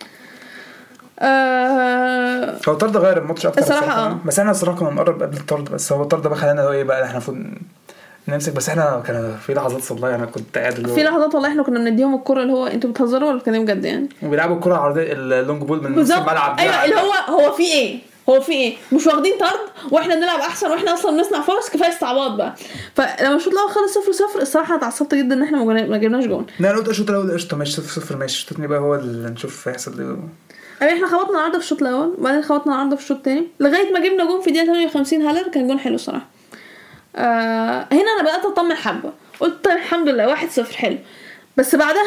آه هو طرد غير الماتش اكتر الصراحه اه بس احنا الصراحه كنا بنقرب قبل الطرد بس هو الطرد بقى خلانا ايه بقى احنا المفروض نمسك. بس احنا كان في لحظات والله انا كنت قاعد اللي هو في لحظات والله احنا كنا بنديهم الكره اللي هو انتوا بتهزروا ولا بتتكلموا بجد يعني وبيلعبوا الكره العرضيه اللونج بول من نص الملعب. ايوه اللي هو هو في ايه هو في ايه مش واخدين طرد واحنا بنلعب احسن واحنا اصلا بنصنع فرص كفايه استعباط بقى. فلما الشوط الاول خلص صفر صفر الصراحه اتعصبت جدا ان احنا ما جبناش جون. لا انا قلت الشوط الاول قشطه ماشي صفر صفر ماشي الشوط الثاني بقى هو اللي نشوف هيحصل ايه. يعني احنا خبطنا العرضه في الشوط الاول وبعدين خبطنا العرضه في الشوط الثاني لغايه ما جبنا جون في الدقيقه ثمانية وخمسين هالر كان جون حلو الصراحه. آه هنا انا بدات اطمن حبه قلت الحمد لله واحد صفر حلو. بس بعدها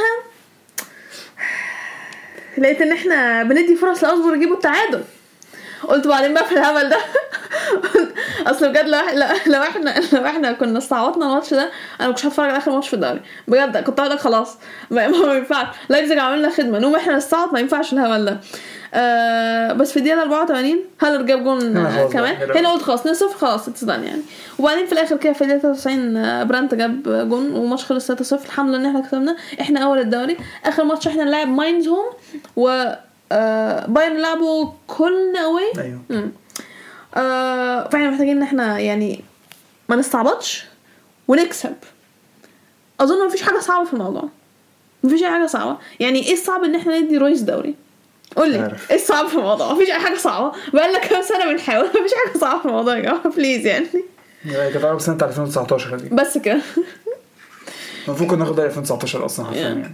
لقيت ان احنا بندي فرص لاوزبورج يجيبوا التعادل. قلت بعدين بقى في الهبل ده اصل بجد لو لو احنا لو احنا كنا استعوضنا الماتش ده انا مش هتفرج على اخر ماتش في الدوري بجد. كنت هقول لك خلاص ما, ما ينفعش لايبزيج عمل لنا خدمه نقوم احنا نستعوض ما ينفعش الهبل ده. آه بس في الدقيقه أربعة وثمانين هالر جاب جون آه كمان. هنا قلت خلاص اثنين صفر خلاص اتسدان يعني. وبعدين في الاخر كده في الدقيقه ثلاثة وتسعين آه برانت جاب جون وماتش خلص ثلاثة صفر. الحمد لله ان احنا كسبنا احنا اول الدوري. اخر ماتش احنا نلعب ماينز هوم و آه بايرن لعبوا كلنا اوي. ايوه آه فاحنا محتاجين ان احنا يعني ما نستعبطش ونكسب. اظن مفيش حاجه صعبه في الموضوع مفيش اي حاجه صعبه. يعني ايه الصعب ان احنا ندي رويس دوري؟ قول لي ايه الصعب في الموضوع؟ مفيش اي حاجه صعبه بقالنا كام سنه بنحاول مفيش حاجه صعبه في الموضوع يا جماعه بليز يعني. يعني كانت اول سنه ألفين وتسعتاشر دي بس كده المفروض كنا ناخد ألفين وتسعتاشر اصلا حرفيا يعني.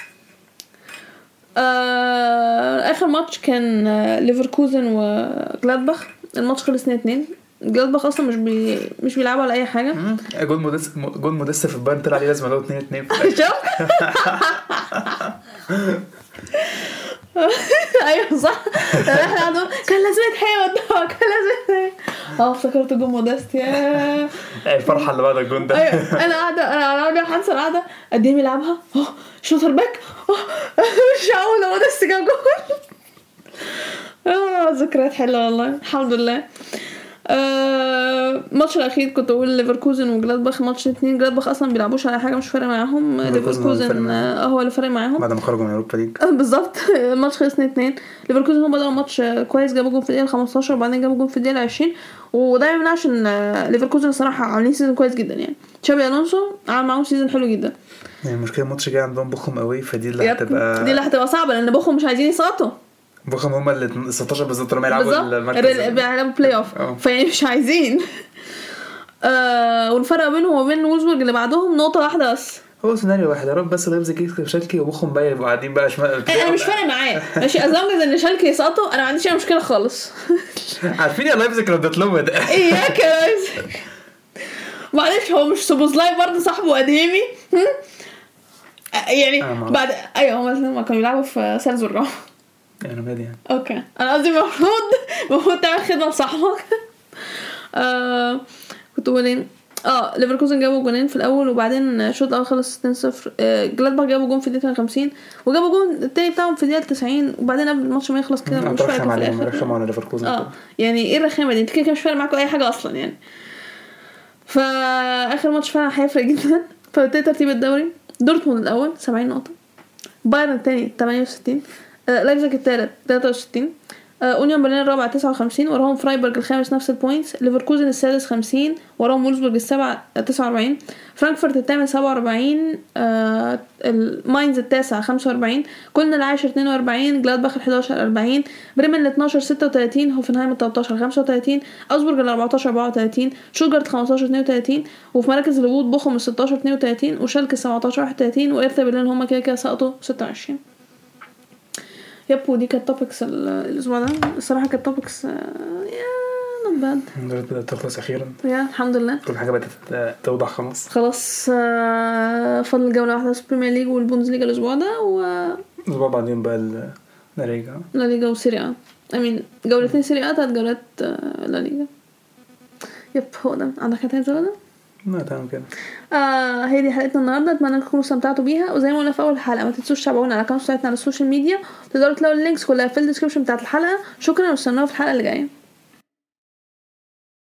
آه اخر ماتش كان ليفركوزن وجلادباخ. الماتش خلص اثنين اثنين. جلادباخ اصلا مش بي... مش بيلعبوا على اي حاجه. جول مودس جول مودس في البايرن طلع عليه لازم لو اثنين اثنين. ايوه صح. احنا قاعدين كان لازم يتحيوا كان لازم. اه افتكرت جون مودست يا الفرحه اللي بعد الجون ده. ايوه انا قاعده انا قاعده حنسى قاعده قدام يلعبها اه شوتر باك اه مش هقول مودست جاب جول. اه ذكريات حلوه والله الحمد لله. الماتش آه الاخير كنت اقول ليفركوزن وجلادباخ ماتش اتنين. جلادباخ اصلا بيلعبوش على حاجه مش فارق معاهم. ليفركوزن اه هو اللي فارق معاهم بعد ما خرجوا من اوروبا ليج. بالظبط. الماتش خلص اتنين اتنين. ليفركوزن هم بدأوا الماتش كويس جابوا جون في الدقيقه خمستاشر وبعدين جابوا جون في الدقيقه عشرين وده يمنع عشان ليفركوزن الصراحه عاملين سيزون كويس جدا يعني. تشابي الونسو عامل معاهم سيزون حلو جدا. يعني المشكله الماتش جاي عندهم بوخم قوي فدي اللي هتبقى دي اللي هتبقى صعبه لان بوخم مش عايزين يسقطوا. بوخم هم اللي ستاشر بالظبط لما يلعبوا المركز بيلعبوا بلاي اوف فيعني مش عايزين. آه والفرق بينهم وبين وولزبورج اللي بعدهم نقطه واحده بس. هو سيناريو واحد يا رب بس لايبزيج يكسب شالكي وبوخم بقى يبقوا قاعدين بقى شمال. انا مش فارق معايا ماشي ازلونج ان شالكي يسقطوا انا ما عنديش اي مشكله خالص. عارفين يا لايبزيج لو ادتلهم ده اياك يا لايبزيج معلش هو مش سوبوزلاي برضه صاحبه قديمي يعني آه بعد ايوه هم الاثنين كانوا بيلعبوا في سالزبورج يعني مالي يعني اوكي انا قصدي المفروض المفروض تعمل خدمه لصاحبك. آه كنت بقول ايه اه ليفركوزن جابوا جونين في الاول وبعدين الشوط الاول خلص اتنين صفر. آه جلادباخ جابوا جون في الدقيقه خمسين وجابوا جون التاني بتاعهم في الدقيقه تسعين وبعدين قبل الماتش ما يخلص كده مش فاكر في الاخر رخم على ليفركوزن. اه يعني ايه الرخامه دي انت كده مش فارق معاكم اي حاجه اصلا يعني. فاخر ماتش فعلا هيفرق جدا. فبالتالي ترتيب الدوري دورتموند الاول سبعين نقطه بايرن الثاني ثمانية وستين آه لايبزيج الثالث ثلاثة وستين آه اونيون برلين الرابع تسعة وخمسين وراهم فرايبورغ الخامس نفس البوينتس ليفركوزن السادس خمسين وراهم وولزبورج السابع تسعة وأربعين فرانكفورت الثامن سبعة وأربعين آه الماينز التاسع خمسة وأربعين كولن العاشر اثنين وأربعين جلادباخ الحداشر أربعين بريمن الاتناشر ستة وتلاتين هوفنهايم التلتاشر خمسة وتلاتين اوزبورج الاربعتاشر أربعة وتلاتين شوتجارت خمستاشر اثنين وتلاتين وفي مراكز الهبوط بوخم الستاشر اثنين وتلاتين وشالكه السبعتاشر واحد وتلاتين وإرتا برلين هم كده كده سقطوا ستة وعشرين. يب ودي كانت توبكس الاسبوع ده الصراحه كانت توبكس يا نوت باد بدات تخلص اخيرا يا الحمد لله كل حاجه بدات توضح خلاص خلاص. فضل جوله واحده في البريمير ليج والبوندسليغا الاسبوع ده و الاسبوع بعدين بقى لا ليغا لا ليغا وسيريا امين جولتين سيريا ثلاث جولات لا ليغا. يب هو ده عندك حاجه زياده؟ ما تمام كده. آه هي دي حلقتنا النهارده اتمنى انكم تكونوا استمتعتوا بيها وزي ما قلنا في اول حلقه ما تنسوش تتابعونا على قناه بتاعتنا على السوشيال ميديا تقدروا تلاقوا اللينكس كلها في الديسكربشن بتاعت الحلقه. شكرا واستنونا في الحلقه اللي جايه.